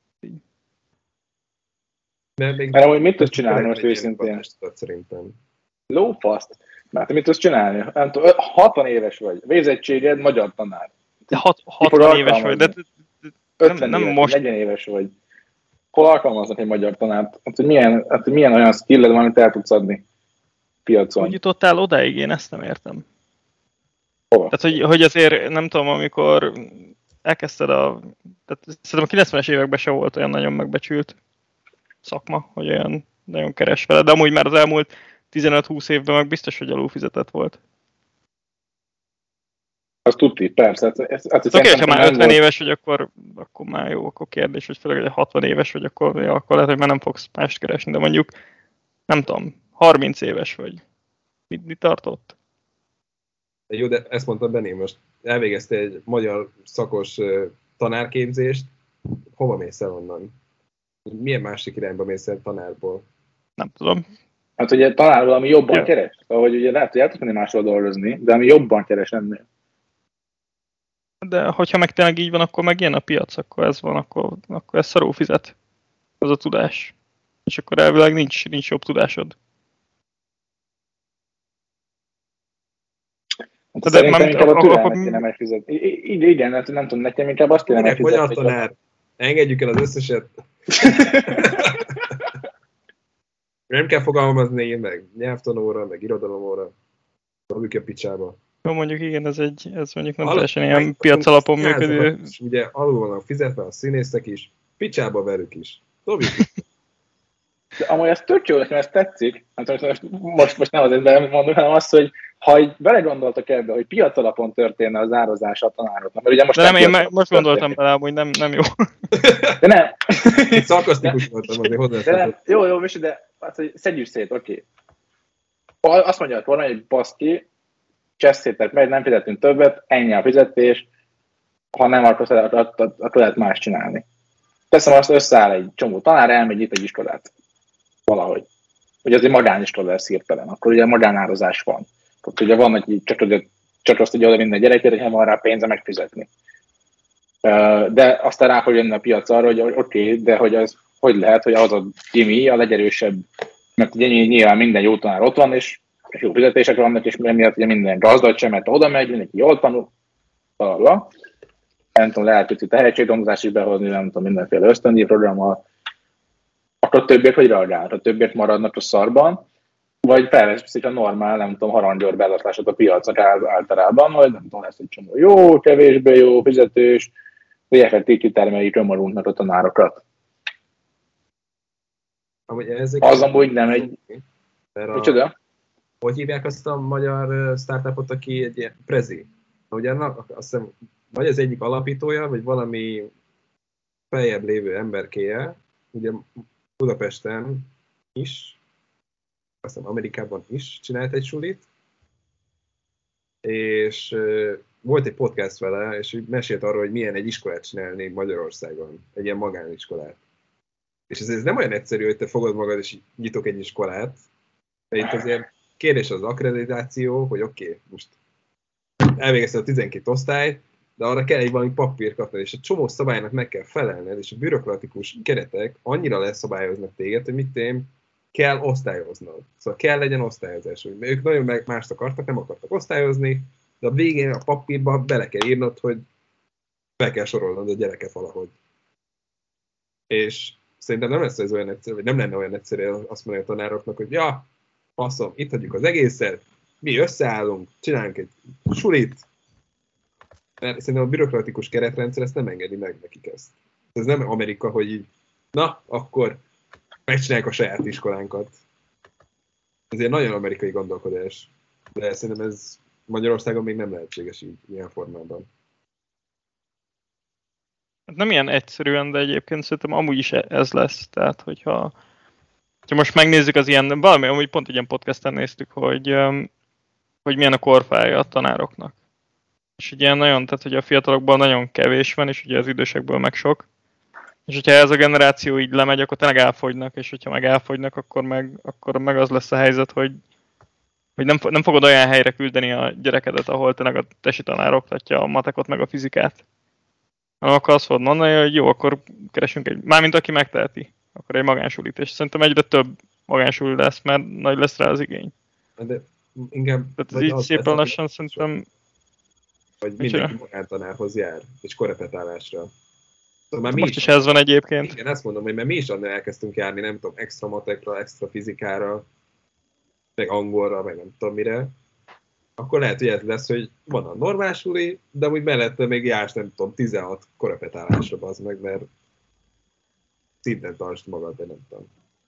Mert amúgy mit tudsz csinálni most őszintén? Szerintem. Lófaszt. Mert mit tudsz csinálni? Nem tudom, hatvan éves vagy. Végzettséged magyar tanár. De hat, hatvan éves vagy, de ötven nem éves, most... negyven éves vagy. Hol alkalmaznak egy magyar tanárt? Hát, hogy milyen, hát, hogy milyen olyan skilled van, amit el tudsz adni piacon? Hogy jutottál odáig, én ezt nem értem. Hova? Tehát, hogy, hogy azért nem tudom, amikor elkezdted a... Tehát szerintem a kilencvenes években se volt olyan nagyon megbecsült szakma, hogy olyan nagyon keres vele, de amúgy már az elmúlt tizenöt-húsz évben meg biztos, hogy alulfizetett volt. Az tuti, persze. Hát, ez, hát, Oké, okay, ha már ötven volt. Éves vagy, akkor, akkor már jó, akkor kérdés, hogy főleg, hogy hatvan éves vagy, akkor, ja, akkor lehet, hogy már nem fogsz mást keresni, de mondjuk, nem tudom, harminc éves vagy. Mit, mit tartott? Jó, de ezt mondtam Benni, most elvégezte egy magyar szakos tanárképzést, hova mész el onnan? Milyen másik irányba mész el tanárból? Nem tudom. Hát ugye tanárból, ami jobban ja. keres. Ahogy ugye lehet, hogy el tudsz menni máshol dolgozni, de ami jobban keres ennél. De hogyha meg tényleg így van, akkor meg ilyen a piac, akkor ez van, akkor, akkor ez szarul fizet. Az a tudás. És akkor elvileg nincs, nincs jobb tudásod. Hát de szerintem inkább a türelmet kéne megfizetni. Igen, nem, nem tudom, nekem inkább azt kéne megfizetni. Magyar tanár, engedjük el az összeset. Nem kell fogalmazni én meg nyelvtanóra, meg irodalomóra. Dobjuk a picsába. Jó, mondjuk igen, ez, egy, ez mondjuk nem teljesen ilyen piac alapon működő. Ugye alul vannak fizetve a színészek is, picsába velük is. Dobjuk is. De amúgy ez tök jó, nekem ez tetszik. Most, most, most nem azért mondom, hanem azt, hogy ha vele gondoltak ebbe, hogy piac alapon történne az árazása a tanároknak. Mert ugye most de nem, én most gondoltam bele, hogy nem, nem jó. De nem. Itt szarkasztikus voltam, azért hozzá. Jó, jó, Misi, de hát, hogy szedjük szét, oké. Okay. Azt mondja a kormány, hogy baszki, cseszétek meg, nem fizetünk többet, ennyi a fizetés, ha nem, akkor, akkor lehet más csinálni. Teszem azt, összeáll egy csomó tanár, elmegy itt egy iskolát. Valahogy. Hogy az egy magániskola lesz hirtelen, akkor ugye magánározás van. Akkor ugye van, hogy csak azt tudja oda minden gyerekért, hogy nem van rá pénze megfizetni. De aztán rá fog jönni a piac arra, hogy oké, okay, de hogy az hogy lehet, hogy az a Jimmy a legerősebb, mert ugye nyilván minden jó tanár ott van, és jó fizetések vannak, és miatt ugye minden gazdag sem, mert oda megy, mindenki jól tanul, arra. Nem tudom, lehet picit tehetségdombozást is behozni, nem tudom, mindenféle ösztöndíj programmal, akkor többért hogy reagál, a többért maradnak a szarban, vagy felveszik a normál, nem tudom, harangyőr beadását a piacnak általában, vagy nem tudom, lesz egy csomó jó, kevésbé jó, fizetős, hogy effektív kitermeljük önmagunknak a tanárokat. Az amúgy nem egy... Micsoda? Hogy hívják azt a magyar startupot, aki egy ilyen Prezi? Ugye annak, azt hiszem, vagy az egyik alapítója, vagy valami feljebb lévő emberkéje, ugye Budapesten is, azt hiszem Amerikában is csinált egy sulit, és uh, volt egy podcast vele, és mesélt arról, hogy milyen egy iskolát csinálni Magyarországon, egy ilyen magániskolát. És ez, ez nem olyan egyszerű, hogy te fogod magad, és nyitok egy iskolát, de itt azért kérdés az akkreditáció, hogy oké, okay, most elvégezted a tizenkét osztályt, de arra kell egy valami papírkatlan, és a csomó szabálynak meg kell felelned, és a bürokratikus keretek annyira leszabályoznak téged, hogy mit én kell osztályoznod. Szóval kell legyen osztályozás. Ők nagyon meg mást akartak, nem akartak osztályozni, de a végén a papírba bele kell írnod, hogy fel kell sorolnod a gyereket valahogy. És szerintem nem lesz ez olyan egyszerű, vagy nem lenne olyan egyszerű azt mondani a tanároknak, hogy ja, faszom, itt hagyjuk az egészet, mi összeállunk, csinálunk egy sulit, mert szerintem a bürokratikus keretrendszer ezt nem engedi meg nekik ezt. Ez nem Amerika, hogy így, na, akkor megcsináljuk a saját iskolánkat. Ez egy nagyon amerikai gondolkodás, de szerintem ez Magyarországon még nem lehetséges így, ilyen formában. Nem ilyen egyszerűen, de egyébként szerintem amúgy is ez lesz. Tehát, hogyha, hogyha most megnézzük az ilyen, valami, amúgy pont egy ilyen podcasten néztük, hogy, hogy milyen a korfája a tanároknak. És ugye nagyon, tehát hogy a fiatalokból nagyon kevés van, és ugye az idősekből meg sok. És hogyha ez a generáció így lemegy, akkor tényleg elfogynak, és hogyha meg elfogynak, akkor meg, akkor meg az lesz a helyzet, hogy, hogy nem, nem fogod olyan helyre küldeni a gyerekedet, ahol tényleg a tesi tanár oktatja a matekot meg a fizikát. Hanem akkor azt fogod mondani, hogy jó, akkor keresünk egy, mármint aki megteheti, akkor egy magánsulit, és szerintem egyre több magánsuli lesz, mert nagy lesz rá az igény. De inkább... Tehát ez így szépen lassan szerintem... Vagy mindenki magántanárhoz jár, és korrepetálásra. Szóval már mi most is, is ez van egyébként. Igen, ezt mondom, hogy mert mi is annál elkezdtünk járni, nem tudom, extra matekra, extra fizikára, meg angolra, meg nem tudom mire. Akkor lehet, hogy ez lesz, hogy van a normál suli, de úgy mellette még jársz, nem tudom, tizenhat korrepetálásra, az meg, mert szinten tartsd magad, de nem tudom.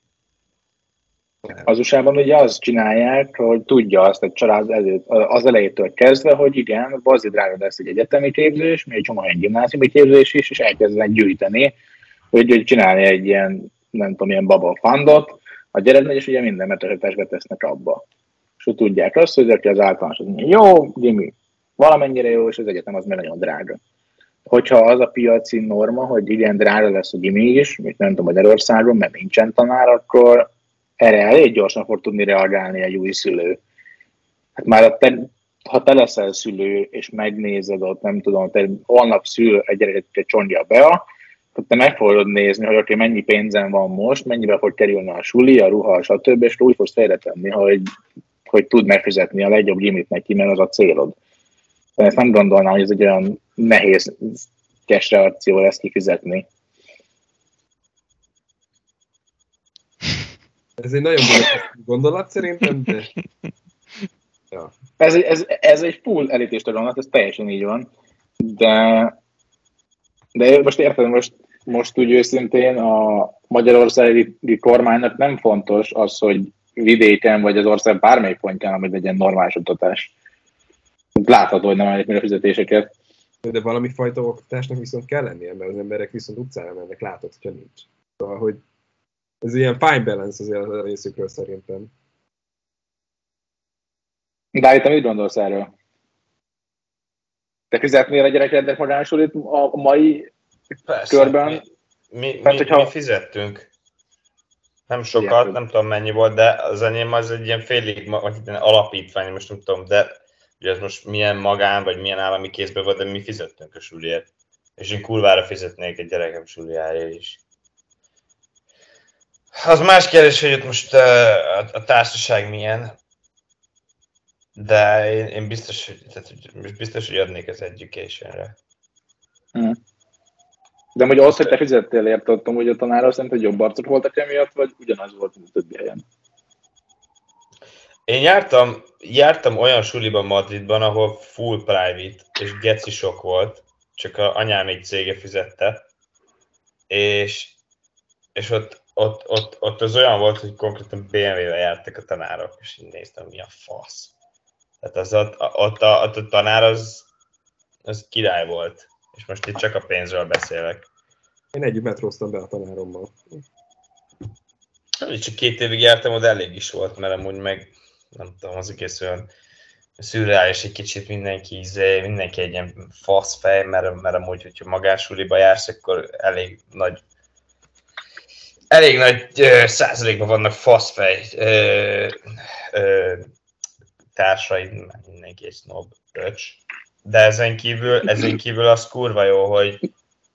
Az u es á-ban ugye azt csinálják, hogy tudja azt egy család előtt, az elejétől kezdve, hogy igen, bazzi drága lesz egy egyetemi képzés, még egy csomó egy gimnáziumi képzés is, és elkezdenek gyűjteni, hogy, hogy csinálni egy ilyen, nem tudom, ilyen baba fundot a gyereknek, és ugye minden metesetesbe tesznek abba. És úgy tudják azt, hogy az általános az jó, gimi, valamennyire jó, és az egyetem az meg nagyon drága. Hogyha az a piaci norma, hogy igen, drága lesz a gimi is, mint nem tudom, Magyarországon, mert nincsen tanár, akkor erre elég gyorsan fog tudni reagálni egy új szülő. Hát már te, ha te leszel szülő, és megnézed ott, nem tudom, te holnap szül egy gyereket egy Csongya Bea, akkor te meg fogod nézni, hogy oké, mennyi pénzem van most, mennyibe fog kerülni a suli, a ruha, stb., és úgy fogsz félretenni, hogy, hogy tud megfizetni a legjobb limit neki, mert az a célod. De ezt nem gondolnám, hogy ez egy olyan nehéz cash reakció lesz kifizetni. Ez egy nagyon gondolat szerintem, de... Ja. Ez, ez, ez egy full elitista gondolat, ez teljesen így van. De, de most érted, most, most úgy őszintén a magyarországi kormánynak nem fontos az, hogy vidéken vagy az ország bármely pontján, hogy legyen normális oktatás. Látható, hogy nem állják meg a fizetéseket. De valami fajta oktatásnak viszont kell lennie, mert az emberek viszont utcára mennek, látod, hogyha nincs. Szóval, hogy ez ilyen fine balance azért a részükről szerintem. Dávid, te mit gondolsz erről? Te fizetnél a gyerekednek magánsulit a mai Persze, körben? Mi, mi, Tehát, mi, hogyha... mi fizettünk. Nem sokat, igen, nem tudom mennyi volt, de az enyém az egy ilyen félig vagy alapítvány, most nem tudom, de ugye ez most milyen magán, vagy milyen állami kézben volt, de mi fizettünk a suliért. És én kurvára fizetnék egy gyerekem suliára is. Az más kérdés, hogy ott most uh, a, a társaság milyen, de én, én biztos, hogy, tehát, biztos, hogy adnék az educationre. Hmm. De hogy az, hogy te fizettél értettem, hogy a tanárral szerint, hogy jobb arcok voltak emiatt, vagy ugyanaz volt, mint a többi helyen? Én jártam, jártam olyan suliban Madridban, ahol full private, és geci sok volt, csak a anyám egy cége fizette, és, és ott Ott, ott, ott az olyan volt, hogy konkrétan bé em vé-vel jártak a tanárok, és így néztem, mi a fasz. Tehát az ott, ott, a, ott a tanár az, az király volt, és most itt csak a pénzről beszélek. Én együtt metróztam be a tanárommal. Csak két évig jártam, oda elég is volt, mert amúgy meg, nem tudom, az egész olyan szürreális egy kicsit mindenki, izé, mindenki egy ilyen faszfej, mert, mert amúgy, hogyha magánsuliba jársz, akkor elég nagy Elég nagy ö, százalékban vannak faszfej ö, ö, társaid, mindenki egy snob, öcs. de ezen kívül, ezen kívül az kurva jó, hogy,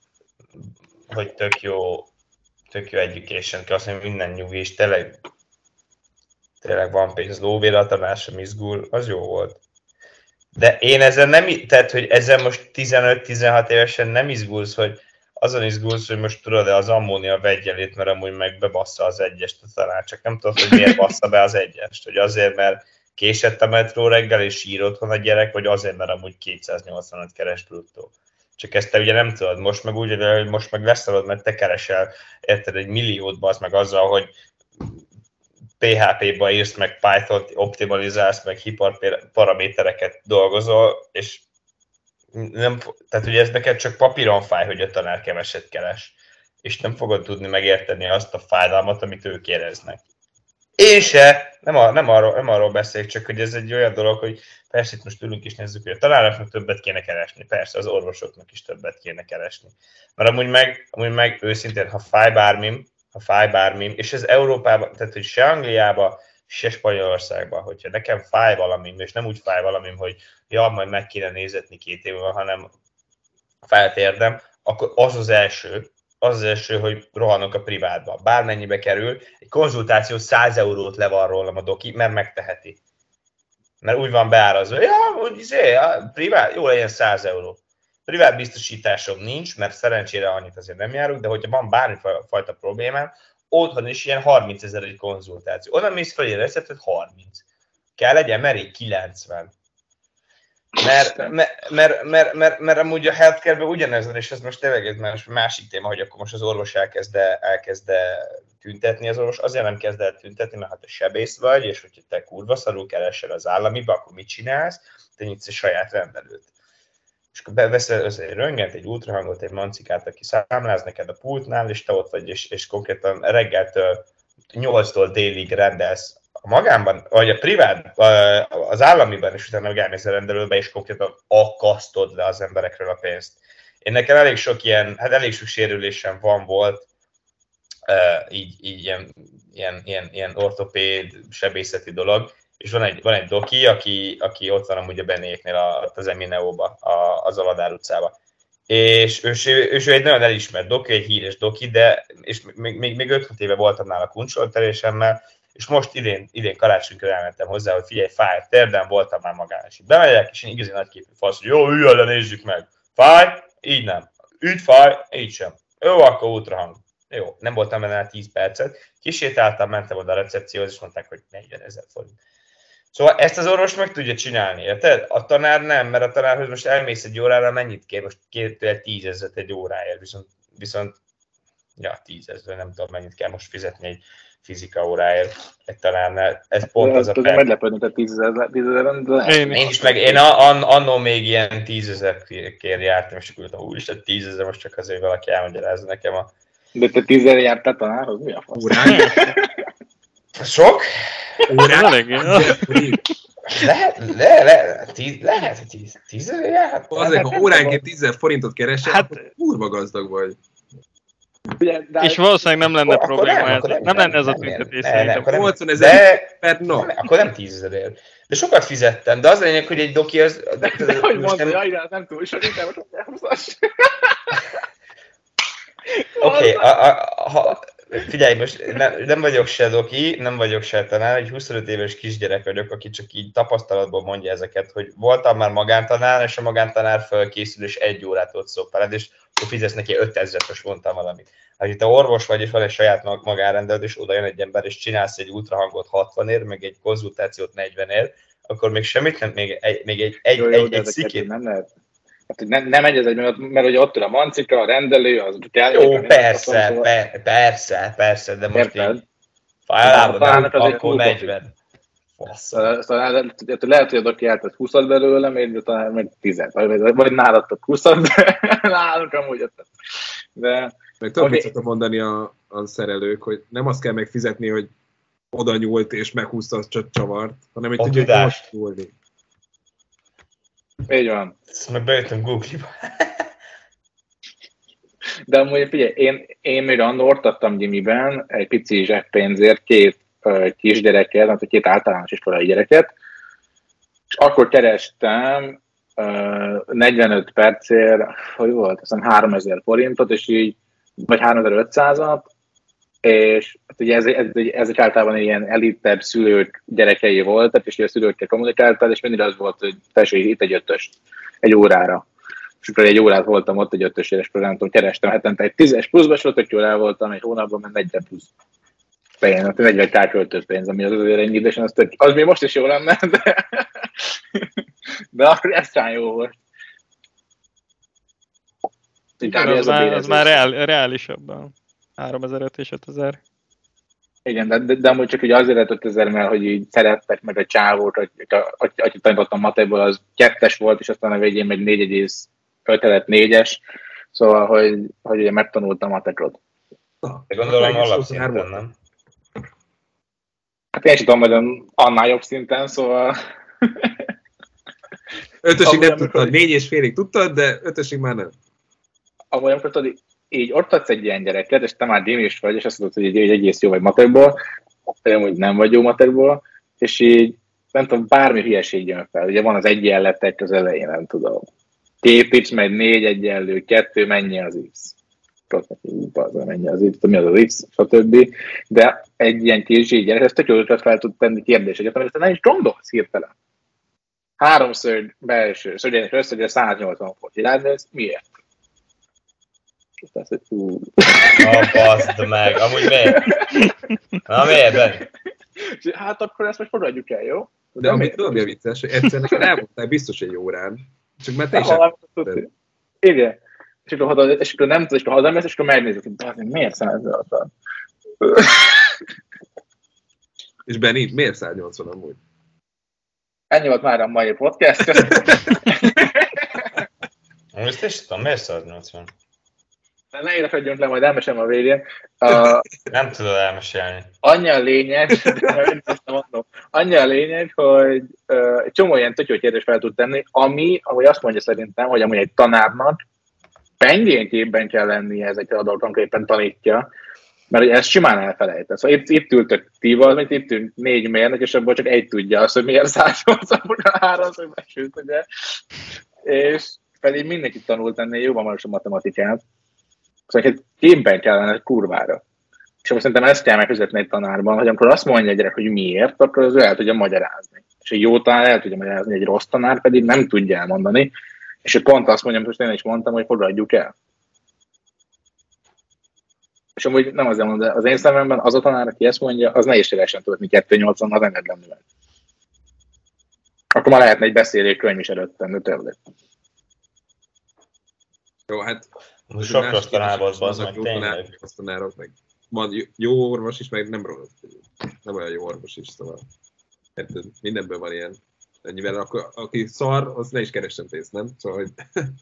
hogy tök jó, tök jó education, kell azt mondani, minden nyugi, és tényleg, tényleg van pénz, lóvér a tanár sem izgul, az jó volt. De én ezzel nem, tehát, hogy ezzel most tizenöt-tizenhat évesen nem izgulsz, hogy azon izgulsz, hogy most tudod-e az ammónia vegyelét, mert amúgy meg bebassza az egyest a tanár, csak nem tudod, hogy miért bassza be az egyest, hogy azért, mert késett a metró reggel, és sír otthon a gyerek, vagy azért, mert amúgy kétszáznyolcvanöt keres bruttó. Csak ezt te ugye nem tudod, most meg úgy, hogy most meg leszalod, mert te keresel, érted, egy milliót bazd meg azzal, hogy pé há pé-ba írsz, meg Python-t optimalizálsz, meg hiperparamétereket dolgozol, és nem, tehát ugye ez neked csak papíron fáj, hogy a tanár keveset keres, és nem fogod tudni megérteni azt a fájdalmat, amit ők éreznek. Én se, nem, a, nem, arról, nem arról beszélek, csak hogy ez egy olyan dolog, hogy persze itt most ülünk és nézzük, hogy a tanároknak többet kéne keresni, persze az orvosoknak is többet kéne keresni. Mert amúgy meg, amúgy meg őszintén, ha fáj bármim, ha fáj bármim, és ez Európában, tehát hogy se Angliában, se Spanyolországban, hogyha nekem fáj valamim, és nem úgy fáj valamim, hogy ja, majd meg kéne nézetni két év múlva, hanem fáj a térdem, akkor az az első, az az első, hogy rohanok a privátba. Bármennyibe kerül, egy konzultáció száz eurót le van rólam a doki, mert megteheti. Mert úgy van beárazva, ja, hogy izé, ja, privát, jó legyen száz euró. Privát biztosításom nincs, mert szerencsére annyit azért nem járok, de hogyha van bármifajta problémám, otthon is ilyen harmincezer egy konzultáció. Oda mész fel egy receptet, harminc. Kell legyen merék kilencven. Mert, mert, mert, mert, mert, mert amúgy a healthcare-ben ugyanez van, és ez most tényleg egy másik téma, hogy akkor most az orvos elkezd elkezd tüntetni, az orvos azért nem kezd el tüntetni, mert ha te sebész vagy, és hogyha te kurva szarul keresel az államiba, akkor mit csinálsz? Te nyitsz egy saját rendelőt. És akkor beveszel egy röntgent, egy ultrahangot, egy mancikát, aki számláz neked a pultnál, és te ott vagy, és, és konkrétan reggeltől nyolctól délig rendelsz a magánban, vagy a privát, az államiban, és utána meg elmész a rendelőbe, és konkrétan akasztod le az emberekről a pénzt. Én nekem elég sok ilyen, hát elég sok sérülésem van, volt, így, így ilyen, ilyen, ilyen, ilyen ortopéd, sebészeti dolog, és van egy, van egy doki, aki, aki ott van amúgy a Benéknél, az Emineóba, az Aladár utcába. És ő, ő, ő egy nagyon elismert doki, egy híres doki, de és még, még, még öt-hat éve voltam nála kuncsonterésemmel, és most idén, idén karácsonykor elmentem hozzá, hogy figyelj, fáj, térdem, voltam már magán, és így bemegyek, és én igazi nagyképű fasz, hogy jó, üljön le, nézzük meg. Fáj? Így nem. Ügy fáj? Így sem. Jó, akkor ultrahang. Jó, nem voltam benne tíz percet. Kisétáltam, mentem oda a recepcióhoz, és mondták, hogy negyvenezer forint. Szóval ezt az orvos meg tudja csinálni, érted? A tanár nem, mert a tanárhoz most elmész egy órára, mennyit kér? Most két tízezret egy óráért, viszont, viszont ja, tízezer, nem tudom, mennyit kell most fizetni egy fizika óráért egy tanárnál. Ez pont de az a perc. Meglepődni, hogy tízezer, de... Én, én is meg, én an, annó még ilyen tízezer kér jártam, és akkor ültem, úristen, tízezer, most csak azért valaki elmagyarázza nekem a... De te tízezer jártál tanárhoz? Mi a fasz? Órán? Sok? Órán? Elég, Lehet, le, le, tíz, lehet, hogy tíz, tízezer jár? Azért, ha óránként tízezer forintot keresel, hát, akkor kurva gazdag vagy. És valószínűleg nem lenne akkor, probléma, akkor nem, akkor nem, nem, nem lenne ez a tüntetés szerintem. nyolcvanezer per nap. Akkor nem tízezerért. De sokat fizettem, de az lényeg, hogy egy doki az... De hogy mondta, jaj, de nem túl sok, inkább most elhúzás. Oké, figyelj, most nem, nem vagyok se doki, nem vagyok se tanár, egy huszonöt éves kisgyerek vagyok, aki csak így tapasztalatból mondja ezeket, hogy voltam már magántanár, és a magántanár fölkészül, és egy órát ott szop veled, és akkor fizetsz neki ötezret, most mondtam valamit. Hát, ha te orvos vagy, és van egy saját magánrendelőd, és oda jön egy ember, és csinálsz egy ultrahangot hatvanért, meg egy konzultációt negyvenért, akkor még semmit nem, még egy, még egy, egy, jó, jó, egy, egy szikét. Nem lehet. Hát, nem, nem egy ez egy, mert, mert ugye ott ül a mancika, a rendelő, az... Jó, persze, szóval... per, persze, persze, de most így... Fájlában akkor negyven. Szóval lehet, hogy adok jeltet húszat belőle, még talán meg tízet, vagy nálatok húszat, de nálunk amúgy ötöt. De... Meg tudom, mit szoktam mondani a, a szerelők, hogy nem azt kell megfizetni, hogy oda nyúlt és meghúzta a csavart, hanem hogy tudja, hogy most nyúlni. Így van. Ezt meg bejöttem Google-ba. De amúgy figyelj, én, én még annól ortattam gimiben egy pici zseppénzért két uh, kisgyereket, hát két általános iskolai gyereket, és akkor kerestem uh, negyvenöt percért, hogy volt, azt hiszem háromezer forintot, és így, vagy háromezer-ötszázat, és hát ugye ez, ez, ez, ezek általában ilyen elitebb szülők gyerekei voltak, és ugye a szülőkkel kommunikáltál, és mindig az volt, hogy tessék itt egy ötös, egy órára. És akkor egy órát voltam ott, egy ötös éves programot kerestem, hetente egy tízes pluszba, és ott jól el voltam, egy hónapban, mert negyven plusz pénz, negyven kárköltött pénz, ami az azért ennyi idősen, az, tök, az még most is jó lenne, de, de akkor ez sem jó volt. Igen, az, az, már, az már reál, reálisabban. háromezer-öt és ötezer. Igen, de, de, de amúgy csak ugye azért lett ötezer, mert hogy így szerettek meg a csávót, akit tanítottam matekból, az kettes volt, és aztán a végén meg négy egész öt lett négyes, szóval, hogy, hogy ugye megtanultam matekot. De gondolom alapszinten, nem? Hát én sem tudom, hogy annál jobb szinten, szóval... Ötösig nem tudtad, négy és félig tudtad, de ötösig már nem. Amúgy amikor tudod, így ott adsz egy ilyen gyereket, és te már démis vagy, és azt mondod, hogy egy egész jó vagy matekból, hogy nem vagy jó matekból, és így nem tudom, bármi hülyeség jön fel. Ugye van az egyenletek az elején, nem tudom. Két x, meg négy egyenlő, kettő, mennyi az x. Mennyi az x, mi az az x, stb. De egy ilyen késői gyerek, ez tök jól fel tud tenni kérdéseket, amit nem is gondolsz hirtelen. Háromszög belső, szögyenes összege száznyolcvan fok. Iránynéz, miért? Ah, baszd meg, amúgy miért? Na miért, Benni? Hát akkor ezt most fogadjuk el, jó? De, de amit tudom, mi a vicces, hogy egyszer neked elmondtál biztos egy órán, csak már te is elmondtad. Igen. És akkor, haza, és akkor nem tudod, és akkor hazamész, és akkor megnézed, hogy miért száznyolcvan? És Benni, miért száznyolcvan amúgy? Ennyi volt már a mai podcast. Most is tudom, miért száznyolcvan? Ne érekedjünk le, majd elmesem a végén. Uh, nem tudod elmesélni. Annyi a lényeg, annyi a lényeg, hogy uh, egy csomó ilyen tök jó kérdést fel tud tenni, ami, ahogy azt mondja szerintem, hogy amúgy egy tanárnak pengén képben kell lennie ezekkel a dolgokon, éppen tanítja, mert ugye ezt simán elfelejtett. Szóval itt, itt ültök tíval, mint itt ült négy mérnök, és abból csak egy tudja azt, hogy miért száznyolcvan a háromszor besült, ugye. És pedig mindenki tanult ennél jobban van a matematikát. Szóval egy képben kellene egy kurvára. És akkor szerintem ezt kell megfizetni egy tanárban, hogy amikor azt mondja egy gyerek, hogy miért, akkor az ő el tudja magyarázni. És egy jó tanár el tudja magyarázni, egy rossz tanár pedig nem tudja elmondani. És ő pont azt mondja, hogy én is mondtam, hogy fogadjuk el. És amúgy nem azért mondom, de az én szememben az a tanár, aki ezt mondja, az ne is évesen tudni kettő nyolcvan, az engedlen növel. Akkor már lehetne egy beszélő könyv is előttem, de tőle. Jó, hát... Most sok rossz tanár volt, az meg tényleg. Rossz tanárok, meg van jó orvos is, meg nem rossz. Nem olyan jó orvos is, szóval... Hát mindenből van ilyen. Ennyivel, akkor, aki szar, az ne is keressen pénzt, nem? Szóval, hogy...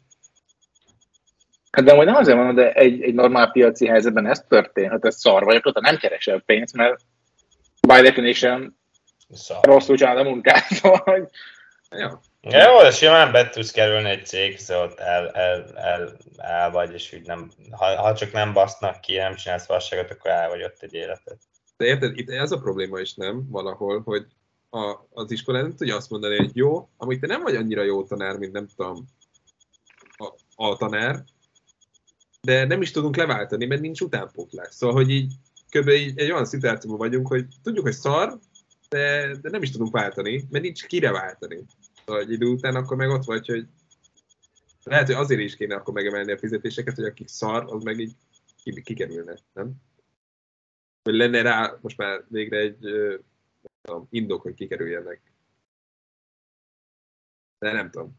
Hát de amúgy nem azért mondom, de egy, egy normál piaci helyzetben ez történt, hát ez szar vagy, akkor nem keresel pénzt, mert by definition szar. Rosszul csinálod a munkát, szóval... Ja. Ja, jó, de simán be tudsz kerülni egy cég, szóval el, el, el, el vagy, és úgy nem, ha, ha csak nem basznak ki, nem csinálsz vasságot, akkor el vagy ott egy életet. De érted, itt ez a probléma is nem, valahol, hogy a, az iskolán nem tudja azt mondani, hogy jó, amúgy te nem vagy annyira jó tanár, mint nem tudom, a, a tanár, de nem is tudunk leváltani, mert nincs utánpótlás. Szóval, hogy így kb. Így egy olyan szituációban vagyunk, hogy tudjuk, hogy szar, de, de nem is tudunk váltani, mert nincs kire váltani. Szóval egy idő után akkor meg ott vagy, hogy lehet, hogy azért is kéne akkor megemelni a fizetéseket, hogy akik szar, az meg így kikerülne, nem? Hogy lenne rá most már végre egy tudom, indok, hogy kikerüljenek. De nem tudom.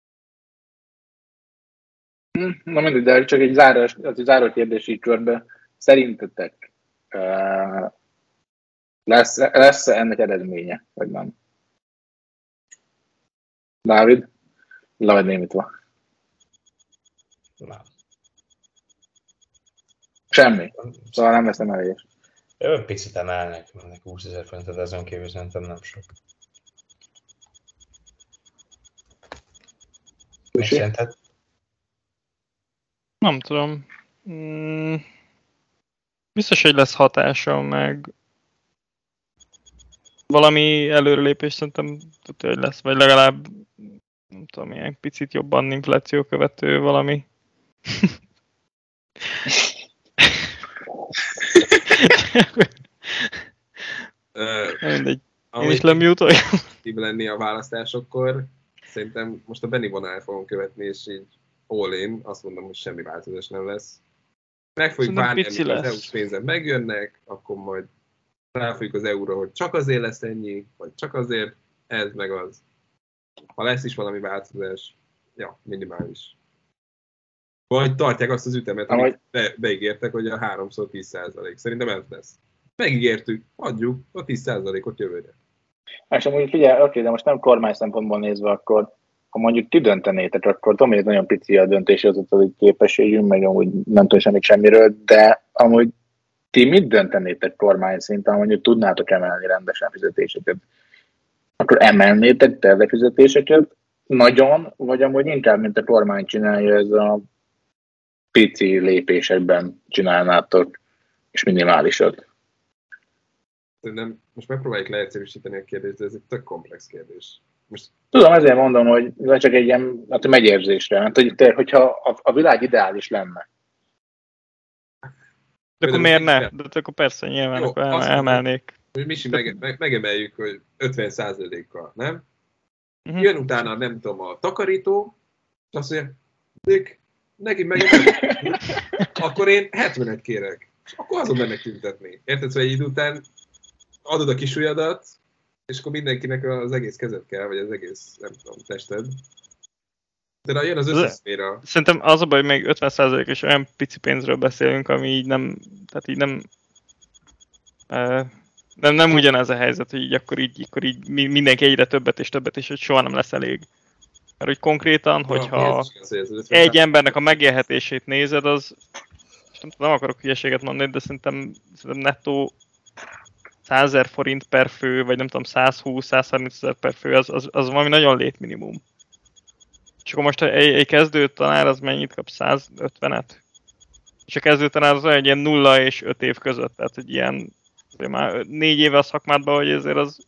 Na mindegy, de csak egy záró, az egy záró kérdés így körbe. Szerintetek uh, lesz, lesz ennek eredménye, vagy nem? Dávid? Le vagy némítva? Nem. Semmi. Szóval nem lesz nem elég. Ő picit emelnek, mennek húszezer forintot, azon kívül szerintem nem sok. Szerinted? Nem tudom. Mm, biztos, hogy lesz hatása, meg valami előrelépés szerintem tudja, hogy lesz, vagy legalább nem tudom, ilyen picit jobban infláció követő valami. Mindegy. Én is lemjútoljam. lenni a választásokkor, szerintem most a Benny vonal fogom követni, és így all in, azt mondom, hogy semmi változás nem lesz. Meg fogjuk várni, amikor az é u-s pénzek megjönnek, akkor majd ráfogjuk az euróra, hogy csak azért lesz ennyi, vagy csak azért ez meg az. Ha lesz is valami változás, ja, minimális. Vagy tartják azt az ütemet, amit be, beígértek, hogy a háromszor tíz százalék. Szerintem ez lesz. Megígértük, adjuk a tíz százalékot jövőre. És amúgy figyelj, oké, de most nem kormány szempontból nézve, akkor ha mondjuk ti döntenétek, akkor tudom, hogy nagyon pici a döntési azutali képességünk, meg amúgy nem tudom semmit semmiről, de amúgy ti mit döntenétek kormány szinten, mondjuk tudnátok emelni rendesen fizetéseket? Akkor emelnétek tervefizetéseket nagyon, vagy amúgy inkább, mint a kormány csinálja, ez a pici lépésekben csinálnátok, és minimálisat? Szerintem most megpróbáljuk leegyszerűsíteni a kérdést, de ez egy tök komplex kérdés. Most... Tudom, ezért mondom, hogy csak egy ilyen hát, megérzésre, mert hogy te, hogyha a, a világ ideális lenne. De akkor miért ne? De akkor persze, nyilván jó, akkor el, emelnék. Hogy Misi meg, meg, megemeljük, hogy ötven százalékkal, nem? Uh-huh. Jön utána, nem tudom, a takarító, és azt mondja, Dick, neki megemeljük. Akkor én hetvenet kérek. És akkor azon mennek tüntetni. Érted, hogy egy idő után adod a kis ujjadat, és akkor mindenkinek az egész kezed kell, vagy az egész, nem tudom, tested. De jön az összes szféra. Szerintem az a baj, hogy még ötven százalékos olyan pici pénzről beszélünk, ami így nem, tehát így nem, uh, nem, nem ugyanaz a helyzet, hogy így akkor így, akkor így mindenki egyre többet és többet, és hogy soha nem lesz elég. Mert hogy konkrétan, hogyha egy embernek a megélhetését nézed, az, nem, nem akarok hülyeséget mondani, de szerintem, szerintem nettó százezer forint per fő, vagy nem tudom, százhúsz-százharminc ezer per fő, az, az, az valami nagyon létminimum. És akkor most egy, egy kezdő tanár az mennyit kap? százötvenet? És a kezdő tanár az olyan, egy ilyen nulla és öt év között, tehát egy ilyen már négy éve a szakmádban, hogy ezért az...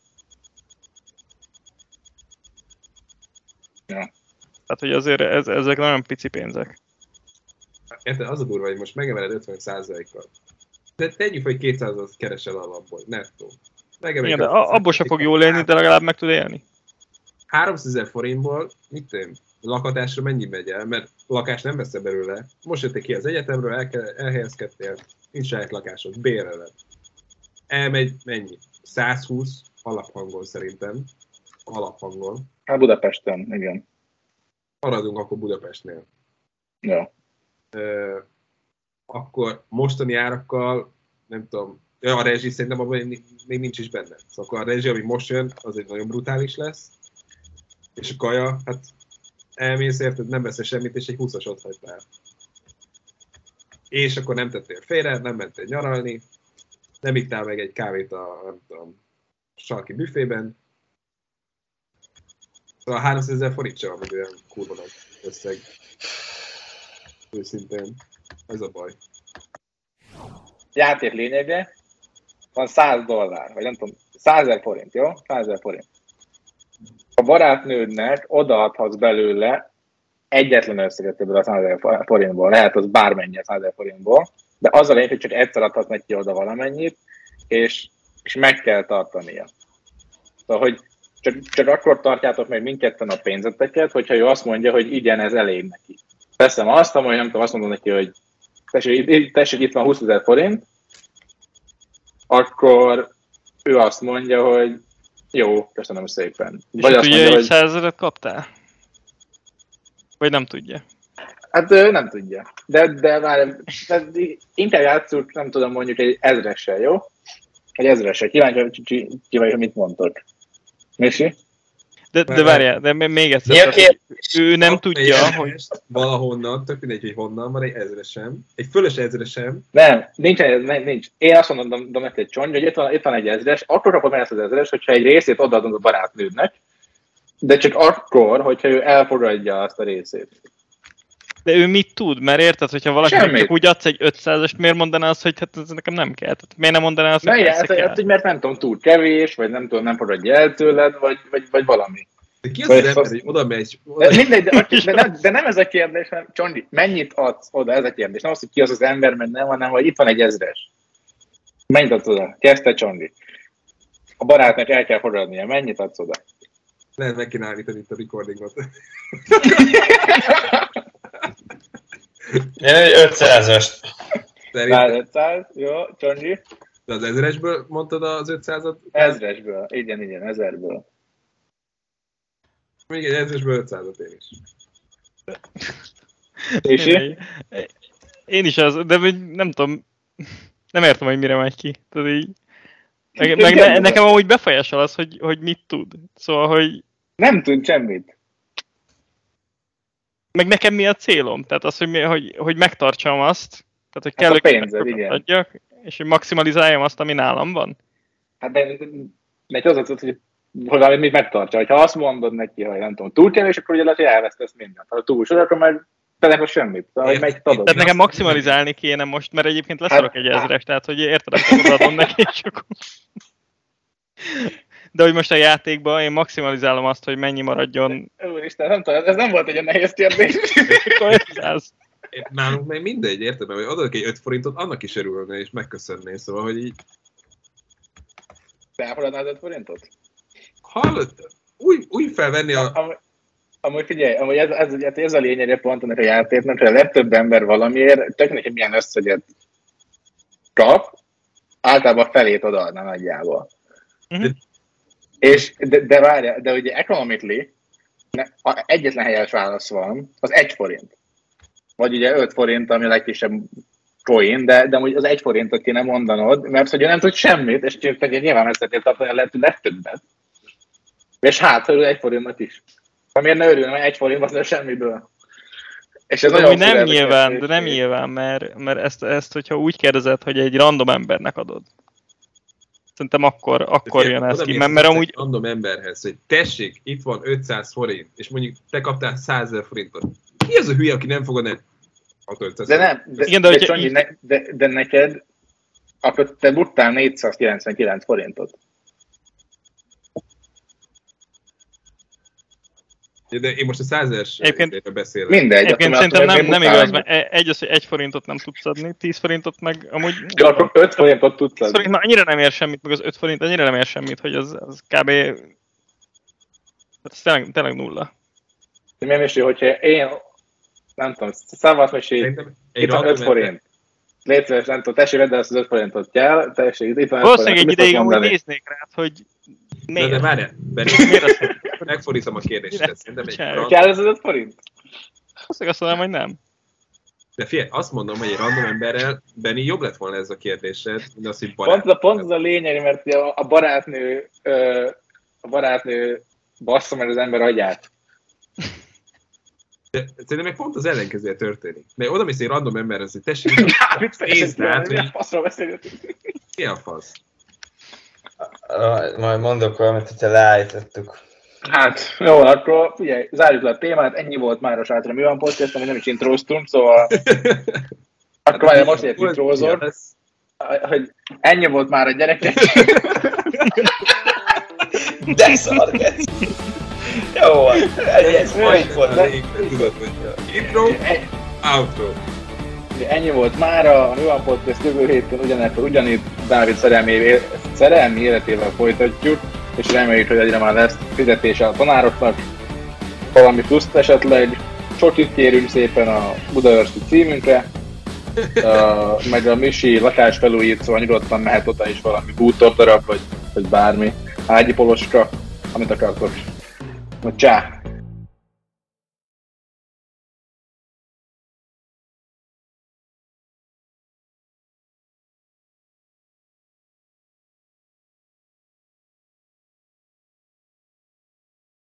Ja. Tehát, hogy azért ez, ezek nagyon pici pénzek. Érted, az a durva, hogy most megemeled ötven százalékkal. De tegyük, hogy kétszázat keresel alapból, nettó. Igen, de abból se fog jól élni, de legalább meg tud élni. háromszázezer forintból, mit tudom, lakatásra mennyi megy el, mert lakás nem vesz belőle. Most jöttél ki az egyetemről, el, elhelyezkedtél, nincs saját lakásod, béreled. Elmegy mennyi? százhúsz alaphangon szerintem. Alaphangon. Hát Budapesten, igen. Maradunk akkor Budapestnél. Ja. Ö, akkor mostani árakkal, nem tudom, a rezsi szerintem abban még nincs is benne. Szóval a rezsi, ami most jön, az egy nagyon brutális lesz. És a kaja, hát elmész, érted, nem veszel semmit, és egy húszas ott hagytál. És akkor nem tettél félre, nem mentél nyaralni, nem ittál meg egy kávét a, nem tudom, sarki büfében. Szóval háromszázezer forint sem van, olyan kurva nagy összeg. Őszintén. Ez a baj. Játék lényege van száz dollár, vagy nem tudom, százezer forint, jó? százezer forint. A barátnődnek odaadhatsz belőle egyetlen összeget ebből a százezer forintból, lehet az bármennyi a százezer forintból, de az a lényeg, hogy csak egyszer adhatsz neki oda valamennyit, és, és meg kell tartania. Szóval, hogy csak, csak akkor tartjátok meg mindketten a pénzeteket, hogyha ő azt mondja, hogy igen, ez elég neki. Veszem azt, hogy nem tudom, azt mondom neki, hogy tessék, tessék itt van húszezer forint, akkor ő azt mondja, hogy jó, köszönöm szépen. És vagy azt tudja, hogy százezret kaptál? Vagy nem tudja? Hát nem tudja. De, de már de inkább játszunk, nem tudom, mondjuk egy ezressel, jó? Egy ezressel. Kíváncsi vagy, hogy mit mondtok. Misi? De, de várjál, de még egyszer. Tehát, ő nem tudja, hogy... Valahonnan, tök mindegy, hogy honnan van egy ezresem. Egy fölös ezresem. Nem, nincs, nincs. Én azt mondom, de neked csony, hogy itt van, itt van egy ezres, akkor kapod meg ezt az ezres, hogyha egy részét odaadunk a barátnődnek, de csak akkor, hogyha ő elfogadja azt a részét. De ő mit tud? Mert érted, hogyha valaki csak úgy adsz egy ötszázast, miért mondaná azt, hogy hát ez nekem nem kell? Tehát miért nem mondaná azt, hogy ne, hát, kell? Hát, mert nem tudom, túl kevés, vagy nem tudom, nem fogadja el tőled, vagy, vagy, vagy valami. De ki az az ember, hogy oda megy? Oda... De, mindegy, de, de, nem, de nem ez a kérdés, hanem Csondi, mennyit adsz oda, ez a kérdés. Nem az, hogy ki az az ember, mert nem, hanem, hogy itt van egy ezres. Mennyit adsz oda? Kezdte Csondi. A barátnak el kell fogadnia, mennyit adsz oda? Lehet meg kéne állítani itt a recordingot. Én egy ötszázast. ötszáz, jó, Csondi. De az ezresből mondtad az ötszázat? Ezresből, igen, igen, ezerből. Még egy ezresből ötszázat én is. És én, én is az, de nem tudom, nem értem, hogy mire megy ki. Tehát így, meg, meg ne, nekem amúgy befolyásol az, hogy, hogy mit tud. Szóval, hogy... Nem tud semmit. Meg nekem mi a célom? Tehát az, hogy, mi, hogy, hogy megtartsam azt, tehát hogy hát kellőképpen adjak, és hogy maximalizáljam azt, ami nálam van. Hát de neki az az, hogy hogy valamit megtartja. Ha azt mondod neki, hogy nem tudom, túl kell, és akkor ugye lehet, hogy elvesztesz mindent. Ha túl sok, akkor már te a semmit. Szóval, meg tehát nekem maximalizálni kéne most, mert egyébként leszarok hát, egy ezres, tehát hogy érted, akkor adom neki, és akkor... De hogy most a játékban én maximalizálom azt, hogy mennyi maradjon. Úristen, nem tudom, ez nem volt egy nehéz kérdés. Nálunk meg mindegy, érted? Mert adok egy öt forintot, annak is örülne, és megköszönné, szóval, hogy így... Te elfogadnád öt forintot? Hallod? Úgy, úgy felvenni a... Am, amúgy figyelj, amúgy ez, ez, ez, ez a lényege pont ennek a játéknak, hogy a legtöbb ember valamiért, tök neki milyen összeget kap, általában felét odaadna nagyjából. Uh-huh. És, de, de várja, de ugye economically egyetlen helyes válasz van, az egy forint. Vagy ugye öt forint, ami a legkisebb coin, de, de amúgy az egy forintot kéne mondanod, mert hogy nem tud semmit, és nyilván ezt szeretnél tartani a lehető legtöbbet. És hát, hogy egy forintnak is. Ha miért ne örülne, hogy egy forint az semmiből. És ez nagyon nem nyilván, de nem nyilván, mert, mert ezt, ezt, hogyha úgy kérdezed, hogy egy random embernek adod. Szerintem akkor, akkor jön ez ki, mert, mert amúgy... random emberhez, hogy tessék, itt van ötszáz forint, és mondjuk te kaptál százezer forintot. Mi az a hülye, aki nem fogod el? De nem, de, igen, de, de, Csonyi, ne, de, de neked, akkor te buttál négyszázkilencvenkilenc forintot. De én most a százeres egyébként beszélek. Mindegy. Egyébként szerintem nem, nem igaz, mert egy az, hogy egy forintot nem tudsz adni, tíz forintot meg amúgy... Ja, akkor öt forintot tudsz adni. Forint, annyira nem ér semmit, meg az öt forint annyira nem ér semmit, hogy az, az kb... Hát ez tényleg, tényleg nulla. De miért is, hogyha én, nem tudom, szavasz mesé, itt van öt forint. Légy szíves, nem tudom, tessék, vedd el azt az öt forintot kell, tessék, itt van öt forint. Valószínűleg egy ideig amúgy néznék rád, hogy miért? De, de várjál, megfordítom a kérdést. Kell ez az öt forint? Azt azt mondom, hogy nem. De figyelj, azt mondom, hogy egy random emberrel, Benni, jobb lett volna ez a kérdésed, mint az, hogy barát. Pont, pont az a lényeg, mert a barátnő, a barátnő bassza meg az ember agyát. De szerintem meg pont az ellenkezője történik. Mert oda mész egy random emberhez, hogy tessék, nézd át, hogy... Faszról beszélgetünk. Mi a fasz? Majd mondok valamit, hogyha leállítottuk. Hát, jó, akkor figyelj, zárjuk le a témát, ennyi volt már a Sátra Mi van podcast, ami nem is intróztunk, szóval... Akkor várjál, most egy intrózor, hogy ennyi volt már a gyerekek. De szargesz! Jó, ez majd fordul. Intro, outro. Ennyi volt mára, a Mi van podcast jövő héten ugyanekkor ugyanitt Dávid szerelmi, szerelmi életével folytatjuk, és reméljük, hogy egyre már lesz fizetése a tanároknak, valami pluszt esetleg. Csokit kérünk szépen a Budaörsi címünkre, uh, meg a Misi lakásfelújít, szóval nyugodtan mehet oda is valami bútordarab, vagy, vagy bármi, ágyi poloska, amit akartok. No, csá!